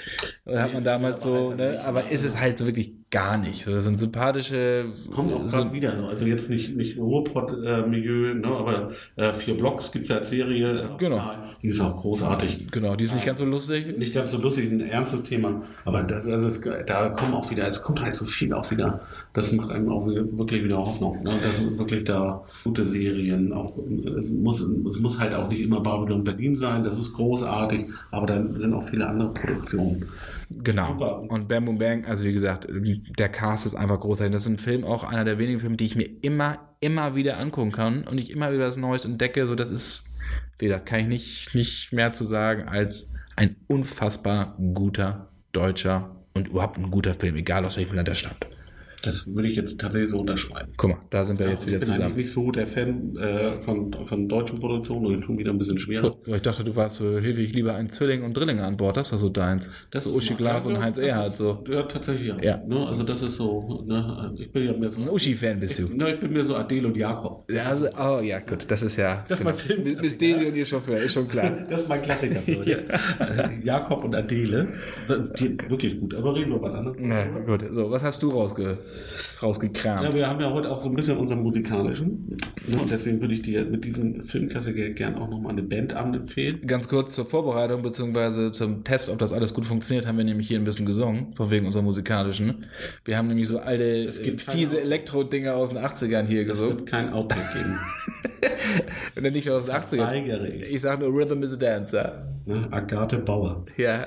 Da hat man damals so, ne, aber ist es halt so wirklich gar nicht. So, das sind sympathische... Kommt auch gerade wieder so. Also jetzt nicht, nicht Ruhrpott-Milieu, ne, aber äh, vier Blocks gibt es ja als Serie. Äh, genau. Star. Die ist auch großartig. Genau, die ist nicht ganz so lustig. Nicht ganz so lustig, ein ernstes Thema. Aber das, also es, da kommen auch wieder, es kommt halt so viel auch wieder. Das macht einem auch wirklich wieder Hoffnung. Ne? Das sind wirklich da gute Serien. Auch, es, muss, es muss halt auch nicht immer Babylon Berlin sein. Das ist großartig. Aber da sind auch viele andere Produktionen. Genau. Super. Und Bam Boom Bang, also wie gesagt, der Cast ist einfach großartig. Das ist ein Film, auch einer der wenigen Filme, die ich mir immer, immer wieder angucken kann und ich immer wieder was Neues entdecke. So, das ist, wie gesagt, kann ich nicht, nicht mehr zu sagen als ein unfassbar guter deutscher und überhaupt ein guter Film, egal aus welchem Land er stammt. Das würde ich jetzt tatsächlich so unterschreiben. Guck mal, da sind wir ja, jetzt wieder zusammen. Ich bin eigentlich nicht so der Fan äh, von, von deutschen Produktionen und schon wieder ein bisschen schwerer. Oh, ich dachte, du warst so hilfig lieber ein Zwilling und Drillinge an Bord. Das war so deins. Das so Uschi Glas ja, und Heinz Erhardt. So. Ja, tatsächlich ja. ja. Ne, also das ist so, ne, ich bin ja mehr so... Ein Uschi-Fan bist du. Ich, ne, ich bin mehr so Adele und Jakob. Ja, also, oh ja, gut, das ist ja... Das ist mein Film. Miss Daisy und ihr Chauffeur, ist schon klar. Das ist mein Klassiker. Ja. Jakob und Adele, die, wirklich gut. Aber reden wir mal an. Na gut, so, was hast du rausge rausgekriegt? Ja, wir haben ja heute auch so ein bisschen unseren musikalischen. Ne? Und deswegen würde ich dir mit diesem Filmklassiker gerne auch nochmal eine Band empfehlen. Ganz kurz zur Vorbereitung bzw. zum Test, ob das alles gut funktioniert, haben wir nämlich hier ein bisschen gesungen, von wegen unserer musikalischen. Wir haben nämlich so alte, es gibt fiese Elektro-Dinger aus den achtzigern hier gesungen. Es wird kein Outtake geben. Wenn er nicht aus den achtzigern. Ich, ich sage nur Rhythm is a Dancer. Ne? Agathe Bauer. Ja.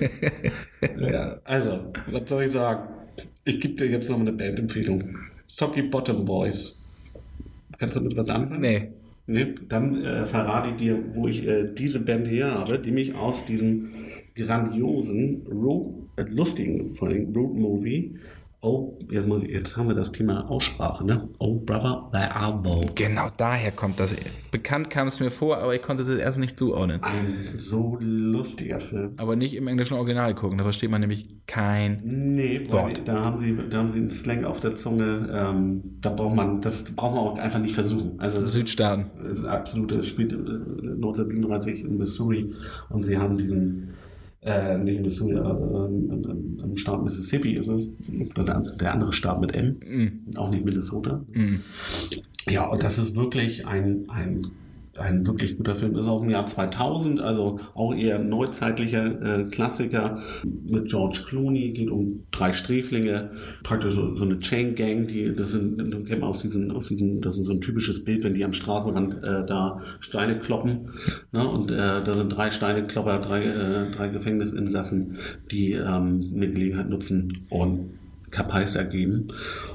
Ja. Also, was soll ich sagen? Ich gebe dir jetzt noch eine Bandempfehlung. Socky Bottom Boys. Kannst du mit was anfangen? Nee. Nee? Dann äh, verrate ich dir, wo ich äh, diese Band her habe, die mich aus diesem grandiosen, Road, äh, lustigen, vor allem Road-Movie. Oh, jetzt, muss ich, jetzt haben wir das Thema Aussprache, ne? Oh Brother, Thy Elbow. Genau, daher kommt das. Bekannt kam es mir vor, aber ich konnte es erst nicht zuordnen. Ein so lustiger Film. Aber nicht im englischen Original gucken, da versteht man nämlich kein nee, Wort. Nee, da haben sie, da haben sie einen Slang auf der Zunge. Ähm, da braucht man, das braucht man auch einfach nicht versuchen. Also Südstaaten. Das ist absolut, das spielt neunzehnhundertsiebenunddreißig in Missouri und sie haben diesen Äh, nicht in Missouri, äh, im Staat Mississippi ist es. Das ist der andere Staat mit M. Mm. Auch nicht Minnesota. Mm. Ja, und das ist wirklich ein, ein, ein wirklich guter Film. Ist auch im Jahr zweitausend, also auch eher ein neuzeitlicher äh, Klassiker mit George Clooney. Geht um drei Sträflinge, praktisch so, so eine Chain Gang, die, das sind, das kennt man aus diesen, aus diesen, das ist so ein typisches Bild, wenn die am Straßenrand äh, da Steine kloppen. Ne? Und äh, da sind drei Steineklopper, drei, äh, drei Gefängnisinsassen, die ähm, eine Gelegenheit nutzen und Kapais ergeben.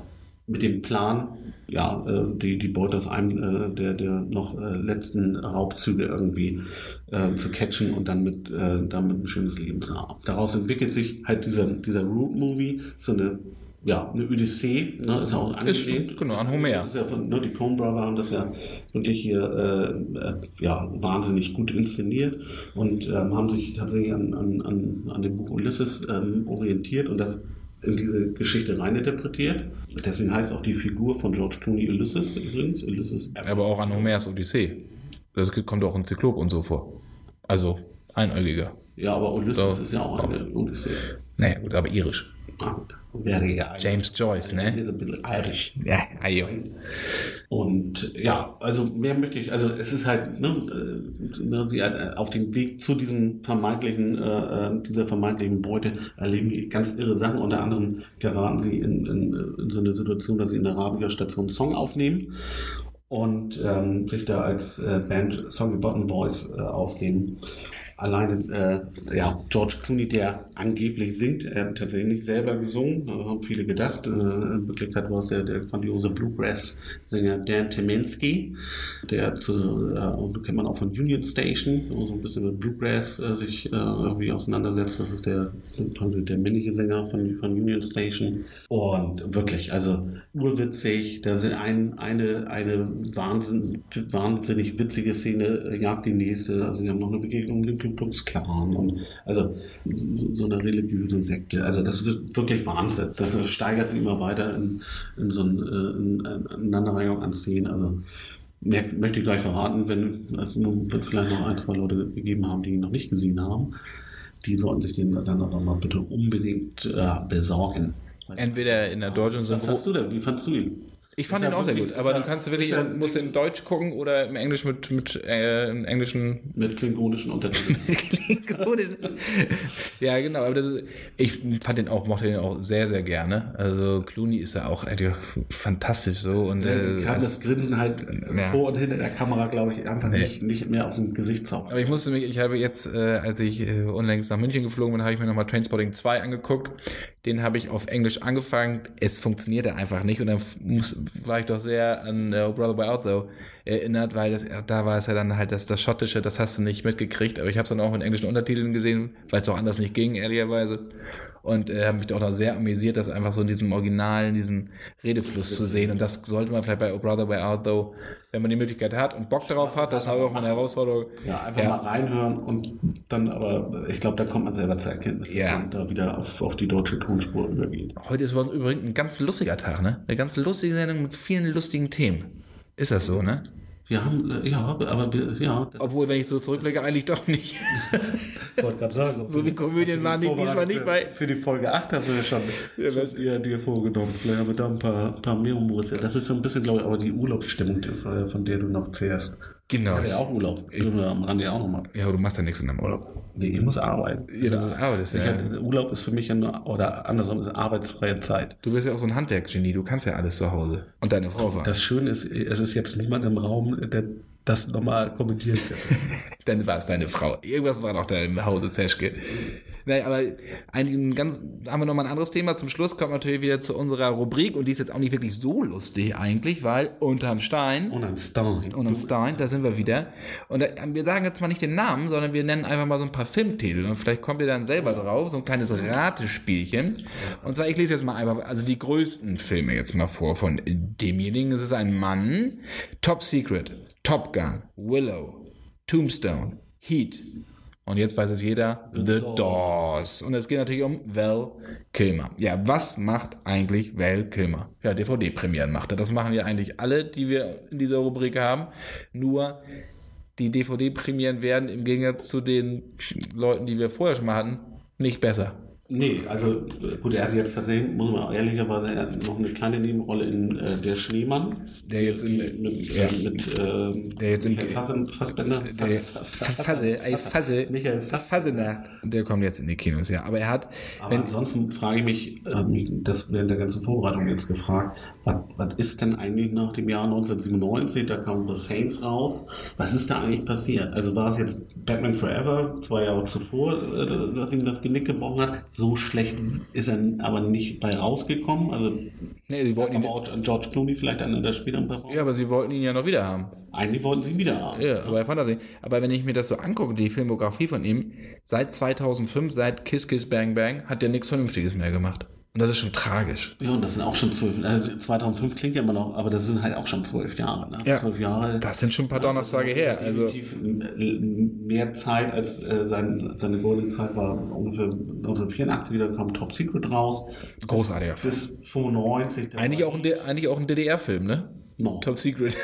mit dem Plan, ja, äh, die, die Beute aus einem äh, der, der noch äh, letzten Raubzüge irgendwie äh, zu catchen und dann mit, äh, damit ein schönes Leben zu haben. Daraus entwickelt sich halt dieser, dieser Root-Movie, so eine, ja, eine Odyssee, ne, ist ja auch angelehnt. Ist, genau, an Homer. Ist ja von, ne, die Coen-Brother haben das ja wirklich hier äh, äh, ja, wahnsinnig gut inszeniert und ähm, haben sich tatsächlich an, an, an, an dem Buch Ulysses ähm, orientiert und das in diese Geschichte reininterpretiert. Deswegen heißt auch die Figur von George Clooney Ulysses übrigens. Ulysses Aber auch an Homers Odyssee. Das kommt auch ein Zyklop und so vor. Also einäugiger. Ja, aber Ulysses so. ist ja auch eine Odyssee. Naja, gut, aber irisch. Ah, gut. Wäre ja James Joyce, ne? Ein bisschen irisch. Ja, ayo. Und ja, also mehr möchte ich, also es ist halt, ne, ne sie halt auf dem Weg zu diesem vermeintlichen, äh, dieser vermeintlichen Beute erleben die ganz irre Sachen. Unter anderem geraten sie in, in, in so eine Situation, dass sie in der Arabier Station einen Song aufnehmen und ähm, sich da als äh, Band Soggy Bottom Boys äh, ausgeben. Alleine, äh, ja, George Clooney, der angeblich singt, er hat tatsächlich nicht selber gesungen, haben viele gedacht. Äh, in Wirklichkeit war es der, der grandiose Bluegrass-Sänger Dan Tyminski, der zu, äh, kennt man auch von Union Station, wo so ein bisschen mit Bluegrass äh, sich äh, irgendwie auseinandersetzt. Das ist der, der männliche Sänger von, von Union Station. Und wirklich, also urwitzig, da sind ein, eine, eine Wahnsinn, wahnsinnig witzige Szene, äh, jagt die nächste. Also sie haben noch eine Begegnung mit dem Klux-Klan und also so eine religiöse Sekte. Also das ist wirklich Wahnsinn. Das steigert sich immer weiter in, in so eine in, in Aneinanderreihung an Szenen. Also mehr möchte ich gleich verraten, wenn also nun wird vielleicht noch ein, zwei Leute gegeben haben, die ihn noch nicht gesehen haben. Die sollten sich den dann aber mal bitte unbedingt äh, besorgen. Entweder in der deutschen Synchro. Was hast du denn? Wie fandst du ihn? Ich fand ihn auch sehr gut, aber du kannst wirklich, ja, musst in Deutsch gucken oder im Englisch mit, mit äh, im englischen... Mit klingonischen Untertiteln. Klingonischen. Ja, genau, aber das ist, ich fand den auch, mochte den auch sehr, sehr gerne. Also Clooney ist ja auch eigentlich fantastisch so. Und, äh, kann das Grinsen halt ja. vor und hinter der Kamera, glaube ich, einfach nee. nicht, nicht mehr aus dem Gesicht zaubern. Aber ich musste mich, ich habe jetzt, äh, als ich äh, unlängst nach München geflogen bin, habe ich mir nochmal Trainspotting zwei angeguckt. Den habe ich auf Englisch angefangen. Es funktionierte einfach nicht und dann muss, war ich doch sehr an uh, Brother Where Art Thou erinnert, weil das, da war es ja dann halt das, das Schottische, das hast du nicht mitgekriegt, aber ich habe es dann auch mit englischen Untertiteln gesehen, weil es auch anders nicht ging, ehrlicherweise. Und äh, habe mich auch da sehr amüsiert, das einfach so in diesem Original, in diesem Redefluss zu sehen. Und das sollte man vielleicht bei Oh Brother Where Art Thou, wenn man die Möglichkeit hat und Bock darauf hat, das habe ich auch mal eine Herausforderung. Ja, einfach ja. mal reinhören und dann aber, ich glaube, da kommt man selber zur Erkenntnis, dass ja. man da wieder auf, auf die deutsche Tonspur übergeht. Heute ist übrigens ein ganz lustiger Tag, ne? Eine ganz lustige Sendung mit vielen lustigen Themen. Ist das so, ne? Wir haben, ja, aber wir, ja. Obwohl, wenn ich so zurückblicke, eigentlich doch nicht. Ich wollte gerade sagen. So wie Komödien waren die diesmal nicht bei. Für die Folge acht hast du ja schon, ja, schon ja, dir vorgenommen. Vielleicht haben wir da ein paar, paar mehr Umrisse. Das ist so ein bisschen, glaube ich, aber die Urlaubsstimmung, von der du noch zehrst. Genau. Ich habe ja auch Urlaub. Ich bin am Rande ja auch nochmal. Ja, aber du machst ja nichts in deinem Urlaub. Nee, ich muss arbeiten. Ja, du arbeitest, ja. Hab, Urlaub ist für mich ja nur, oder andersrum, ist arbeitsfreie Zeit. Du bist ja auch so ein Handwerksgenie. Du kannst ja alles zu Hause. Und deine Frau war. Das Schöne ist, es ist jetzt niemand im Raum, der das nochmal kommentieren kann. Dann war es deine Frau. Irgendwas war doch da im Hause Zeschke. Naja, aber ein ganz, haben wir nochmal ein anderes Thema. Zum Schluss kommt natürlich wieder zu unserer Rubrik und die ist jetzt auch nicht wirklich so lustig eigentlich, weil unterm Stein. Unterm Stein. Unterm Stein, da sind wir wieder. Und da, wir sagen jetzt mal nicht den Namen, sondern wir nennen einfach mal so ein paar Filmtitel und vielleicht kommt ihr dann selber drauf, so ein kleines Ratespielchen. Und zwar, ich lese jetzt mal einfach, also die größten Filme jetzt mal vor von demjenigen. Es ist ein Mann, Top Secret, Top Gun, Willow, Tombstone, Heat. Und jetzt weiß es jeder, The, The Doors. Und es geht natürlich um Val Kilmer. Ja, was macht eigentlich Val Kilmer? Ja, D V D-Premieren macht er. Das machen ja eigentlich alle, die wir in dieser Rubrik haben. Nur die D V D-Premieren werden im Gegensatz zu den Leuten, die wir vorher schon mal hatten, nicht besser. Nee, also gut, er hat jetzt tatsächlich, muss man ehrlicherweise, er hat noch eine kleine Nebenrolle in äh, Der Schneemann. Der jetzt in, mit, ja. äh, mit äh, der jetzt in Fassbender. Fassel, Fassel, Michael Fassenacht. Der kommt jetzt in die Kinos, ja. Aber er hat. Aber wenn, ansonsten frage ich mich, äh, mich das während der ganzen Vorbereitung jetzt gefragt, was, was ist denn eigentlich nach dem Jahr neunzehnhundertsiebenundneunzig, da kam The Saints raus, was ist da eigentlich passiert? Also war es jetzt Batman Forever, zwei Jahre zuvor, äh, dass ihm das Genick gebrochen hat? so schlecht ist er aber nicht bei rausgekommen. Also Nee, sie wollten aber auch George Clooney vielleicht an der späteren Performance. Ja, aber sie wollten ihn ja noch wieder haben. Eigentlich wollten sie ihn wieder haben. Ja, aber er fand das nicht. Aber wenn ich mir das so angucke, die Filmografie von ihm, seit zweitausendfünf, seit Kiss Kiss Bang Bang, hat er nichts Vernünftiges mehr gemacht. Und das ist schon tragisch. Ja, und das sind auch schon zwölf, äh, zweitausendfünf klingt ja immer noch, aber das sind halt auch schon zwölf Jahre. Ne? Ja, zwölf Jahre. Das sind schon ein paar ja, Donnerstage her. Also definitiv mehr Zeit als äh, sein, seine goldene Zeit war ungefähr neunzehnhundertvierundachtzig, wieder kam Top Secret raus. Großartiger Film. Bis fünfundneunzig. Eigentlich auch, ein, eigentlich auch ein D D R-Film, ne? No. Top Secret.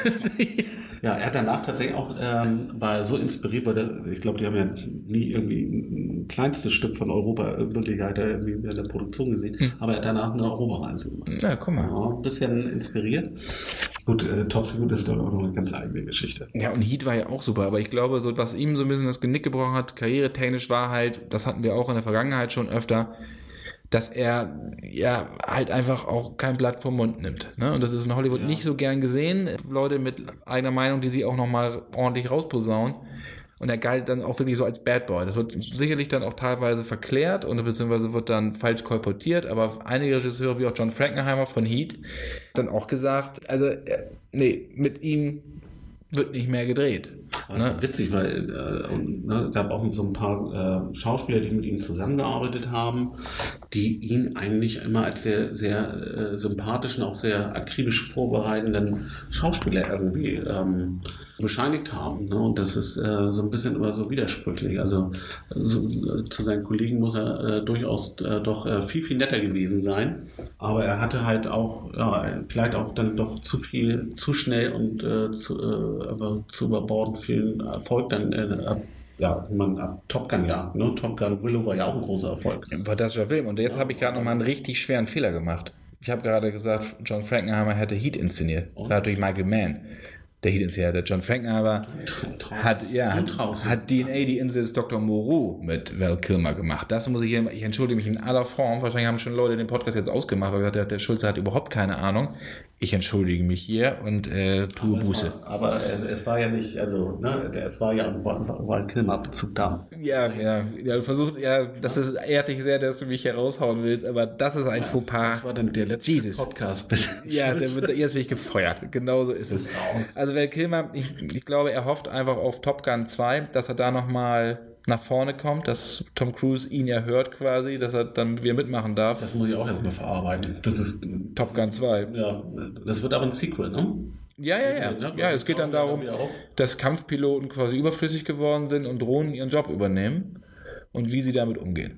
Ja, er hat danach tatsächlich auch, ähm, war er so inspiriert, weil der, ich glaube, die haben ja nie irgendwie ein kleinstes Stück von Europa wirklich halt irgendwie in der Produktion gesehen, hm. aber er hat danach eine Europareise gemacht. Ja, guck mal. Ja, ein bisschen inspiriert. Gut, äh, Top Secret ist doch auch noch eine ganz eigene Geschichte. Ja, und Heat war ja auch super, aber ich glaube, so was ihm so ein bisschen das Genick gebrochen hat, karrieretechnisch war halt, das hatten wir auch in der Vergangenheit schon öfter, dass er ja halt einfach auch kein Blatt vom Mund nimmt. Ne? Und das ist in Hollywood ja. nicht so gern gesehen. Leute mit eigener Meinung, die sie auch nochmal ordentlich rausposaunen. Und er galt dann auch wirklich so als Bad Boy. Das wird sicherlich dann auch teilweise verklärt und beziehungsweise wird dann falsch kolportiert. Aber einige Regisseure, wie auch John Frankenheimer von Heat, dann auch gesagt, also nee, mit ihm wird nicht mehr gedreht. Aber das ist witzig, weil äh, ne, gab auch so ein paar äh, Schauspieler, die mit ihm zusammengearbeitet haben, die ihn eigentlich immer als sehr, sehr äh, sympathischen, auch sehr akribisch vorbereitenden Schauspieler irgendwie ähm, bescheinigt haben. Ne? Und das ist äh, so ein bisschen immer so widersprüchlich. Also so, äh, zu seinen Kollegen muss er äh, durchaus äh, doch äh, viel, viel netter gewesen sein. Aber er hatte halt auch, ja, vielleicht auch dann doch zu viel, zu schnell und äh, zu, äh, aber zu überbordend vielen Erfolg dann äh, ab, ja, man ab Top Gun ja, ne? Top Gun Willow war ja auch ein großer Erfolg. Fantastischer Film. Und jetzt ja, habe ich gerade nochmal einen richtig schweren Fehler gemacht. Ich habe gerade gesagt, John Frankenheimer hätte Heat inszeniert. Und? Natürlich Michael Mann. Der Heat inszeniert. Der John Frankenheimer hat, ja, hat, hat D N A, die Insel des Doktor Moreau mit Val Kilmer gemacht. Das muss ich, ich entschuldige mich in aller Form. Wahrscheinlich haben schon Leute den Podcast jetzt ausgemacht, weil der, der Schulze hat überhaupt keine Ahnung. Ich entschuldige mich hier und äh, tue aber Buße. Es war, aber äh, es war ja nicht, also, ne, es war ja ein Val Kilmer-Bezug da. Ja, ja, ja, du versuchst, ja, das ist ehrt dich sehr, dass du mich hier raushauen willst, aber das ist ein ja, Fauxpas. Das war dann der letzte Jesus. Podcast, bitte. Ja, der wird, jetzt bin ich gefeuert. Genauso ist es. Also Val Kilmer, ich, ich glaube, er hofft einfach auf Top Gun zwei, dass er da nochmal nach vorne kommt, dass Tom Cruise ihn ja hört quasi, dass er dann wieder mitmachen darf. Das muss ich auch erstmal verarbeiten. Das ist Top Gun zwei. Ja, das wird aber ein Sequel, ne? Ja, ja, ja. Ja, ja es geht dann darum, dass Kampfpiloten quasi überflüssig geworden sind und Drohnen ihren Job übernehmen und wie sie damit umgehen.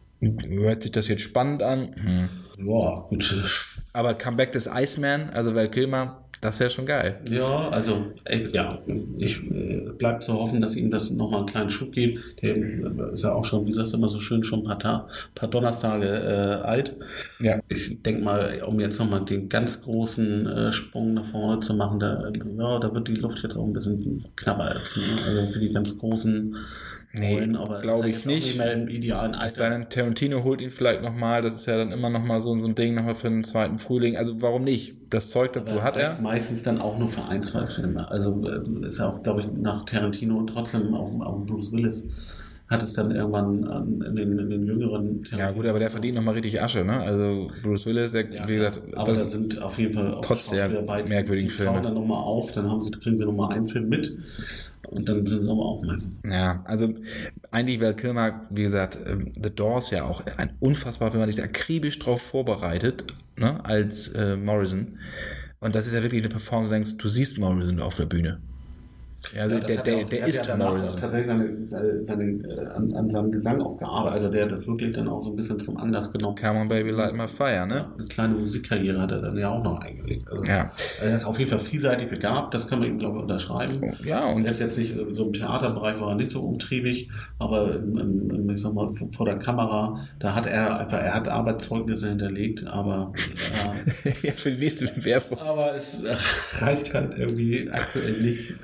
Hört sich das jetzt spannend an? Hm. Ja, gut. Aber Comeback des Iceman, also Val Kilmer, das wäre schon geil. Ja, also äh, ja, ich äh, bleibt zu hoffen, dass ihm das nochmal einen kleinen Schub gibt. Der äh, ist ja auch schon, wie sagst du immer so schön, schon ein paar, Ta- paar Donnerstage äh, alt. Ja. Ich denke mal, um jetzt nochmal den ganz großen äh, Sprung nach vorne zu machen, da, ja, da wird die Luft jetzt auch ein bisschen knapper. Also für die ganz großen Nee, glaube ich nicht. nicht mehr im idealen Alter. Es sei denn, Tarantino holt ihn vielleicht nochmal. Das ist ja dann immer nochmal so, so ein Ding nochmal für den zweiten Frühling. Also warum nicht? Das Zeug dazu aber hat er. Meistens dann auch nur für ein, zwei Filme. Also ist ja auch, glaube ich, nach Tarantino und trotzdem auch, auch Bruce Willis hat es dann irgendwann in den, in den jüngeren Tarantino. Ja gut, aber der verdient nochmal richtig Asche, ne? Also Bruce Willis, der, ja, wie gesagt, aber das da sind auf jeden Fall auch trotz der merkwürdigen Filme. Die tauchen dann nochmal auf, dann haben sie, kriegen sie nochmal einen Film mit. Und dann sind sie aber auch meistens. Ja, also eigentlich Val Kilmer, wie gesagt, The Doors ja auch ein unfassbar, wenn man sich akribisch drauf vorbereitet, ne, als äh, Morrison. Und das ist ja wirklich eine Performance, du denkst, du siehst Morrison auf der Bühne. Ja, also ja, der, der, auch, der ist ja Morrison. Tatsächlich seine, seine, seine, an, an seinem Gesang auch gearbeitet. Also der hat das wirklich dann auch so ein bisschen zum Anlass genommen. Come on Baby, Light My Fire, ne? Ja, eine kleine Musikkarriere hat er dann ja auch noch eingelegt. Also ja. Er ist auf jeden Fall vielseitig begabt, das kann man ihm, glaube ich, unterschreiben. Ja, und er ist jetzt nicht, so im Theaterbereich war er nicht so umtriebig, aber in, in, ich sag mal, vor der Kamera, da hat er einfach, er hat Arbeitszeugnisse hinterlegt, aber äh, ja, für die nächste Bewerbung. Aber es reicht halt irgendwie aktuell nicht,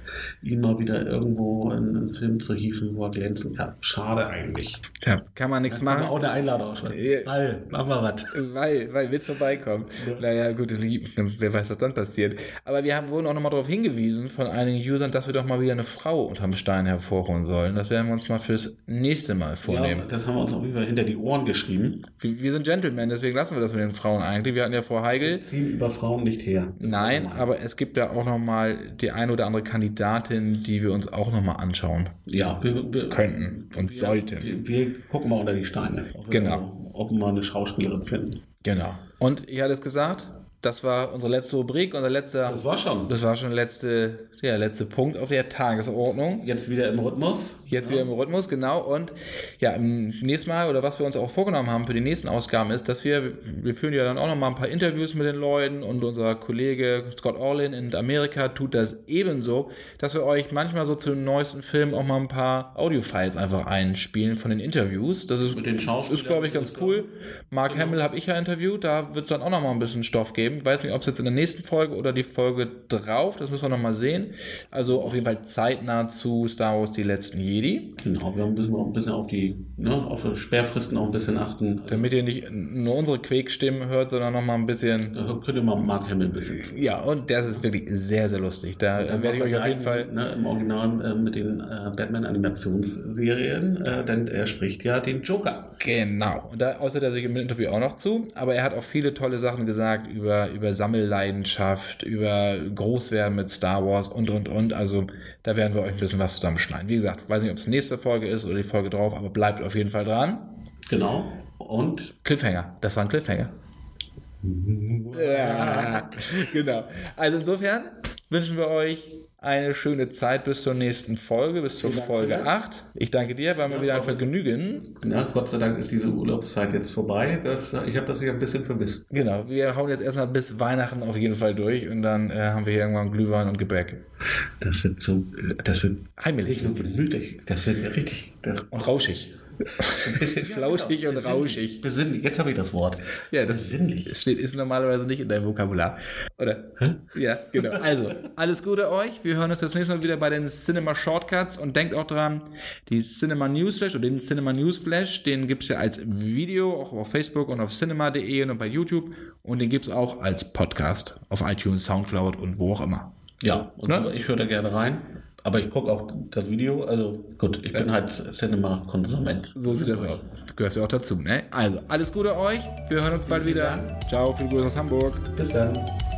ihn mal wieder irgendwo in einen Film zu hieven, wo er glänzen kann. Schade eigentlich. Ja, kann man nichts machen. Kann man auch eine Einladung ausschreiben. Ja. Weil, machen wir was. Weil, weil, willst vorbeikommen. Ja. Naja, gut, wer weiß, was dann passiert. Aber wir haben, wurden auch nochmal darauf hingewiesen von einigen Usern, dass wir doch mal wieder eine Frau unterm Stein hervorholen sollen. Das werden wir uns mal fürs nächste Mal vornehmen. Ja, das haben wir uns auch wieder hinter die Ohren geschrieben. Wir, wir sind Gentlemen, deswegen lassen wir das mit den Frauen eigentlich. Wir hatten ja Frau Heigl. Wir ziehen über Frauen nicht her. Nein, aber es gibt ja auch nochmal die eine oder andere Kandidatin, die wir uns auch nochmal anschauen. Ja, wir, wir könnten und wir, sollten. Wir, wir gucken mal unter die Steine. Ob wir, genau. Ob wir mal eine Schauspielerin finden. Genau. Und ich hatte es gesagt, das war unsere letzte Rubrik, unser letzter. Das war schon. Das war schon der letzte, der letzte Punkt auf der Tagesordnung. Jetzt wieder im Rhythmus. Jetzt ja. wieder im Rhythmus, genau. Und ja, im nächsten Mal, oder was wir uns auch vorgenommen haben für die nächsten Ausgaben, ist, dass wir, wir führen ja dann auch noch mal ein paar Interviews mit den Leuten und unser Kollege Scott Orlin in Amerika tut das ebenso, dass wir euch manchmal so zu den neuesten Filmen auch mal ein paar Audiofiles einfach einspielen von den Interviews. Das ist, mit den Schauspielern. Ist, glaube ich, ganz cool. Mark genau. Hamill habe ich ja interviewt, da wird es dann auch noch mal ein bisschen Stoff geben. Ich weiß nicht, ob es jetzt in der nächsten Folge oder die Folge drauf, das müssen wir noch mal sehen. Also auf jeden Fall zeitnah zu Star Wars Die letzten Jedi. Genau, wir müssen auch ein bisschen auf die, ne, auf die Sperrfristen auch ein bisschen achten. Damit ihr nicht nur unsere Quäkstimmen hört, sondern noch mal ein bisschen... Da könnt ihr mal Mark Hamill ein bisschen zu. Ja, und das ist wirklich sehr, sehr lustig. Da werde ich euch auf jeden Fall... Ne, im Original äh, mit den äh, Batman-Animationsserien, äh, denn er spricht ja den Joker. Genau. Und da äußert er sich im Interview auch noch zu, aber er hat auch viele tolle Sachen gesagt über, über Sammelleidenschaft, über Großwerden mit Star Wars und, und, und. Also da werden wir euch ein bisschen was zusammenschneiden. Wie gesagt, weiß nicht, ob es die nächste Folge ist oder die Folge drauf, aber bleibt auf jeden Fall dran. Genau. Und? Cliffhanger. Das war ein Cliffhanger. Ja, genau. Also insofern wünschen wir euch eine schöne Zeit bis zur nächsten Folge, bis zur Folge acht. Ich danke dir, war mir ja, wieder ein Vergnügen. Ja, Gott sei Dank ist diese Urlaubszeit jetzt vorbei. Das, ich habe das hier ein bisschen vermisst. Genau, wir hauen jetzt erstmal bis Weihnachten auf jeden Fall durch und dann äh, haben wir hier irgendwann Glühwein und Gebäck. Das wird so, das wird heimelig und gemütlich. Das wird ja richtig. Und rauschig. Ein bisschen flauschig ja, genau. und besinnlich, rauschig. Besinnlich. Jetzt habe ich das Wort. Ja, das besinnlich. Steht, ist normalerweise nicht in deinem Vokabular. Oder? Hä? Ja, genau. Also, alles Gute euch. Wir hören uns das nächste Mal wieder bei den Cinema Shortcuts und denkt auch dran, die Cinema Newsflash oder den Cinema Newsflash, den gibt es ja als Video, auch auf Facebook und auf cinema punkt de und bei YouTube und den gibt es auch als Podcast auf iTunes, Soundcloud und wo auch immer. Ja, und ne? Ich höre da gerne rein. Aber ich gucke auch das Video, also gut, ich bin halt Cinema-Konsument. So sieht das aus. Du gehörst ja auch dazu, ne? Also, alles Gute euch, wir hören uns bald wieder. Ciao, viel Grüße aus Hamburg. Bis dann.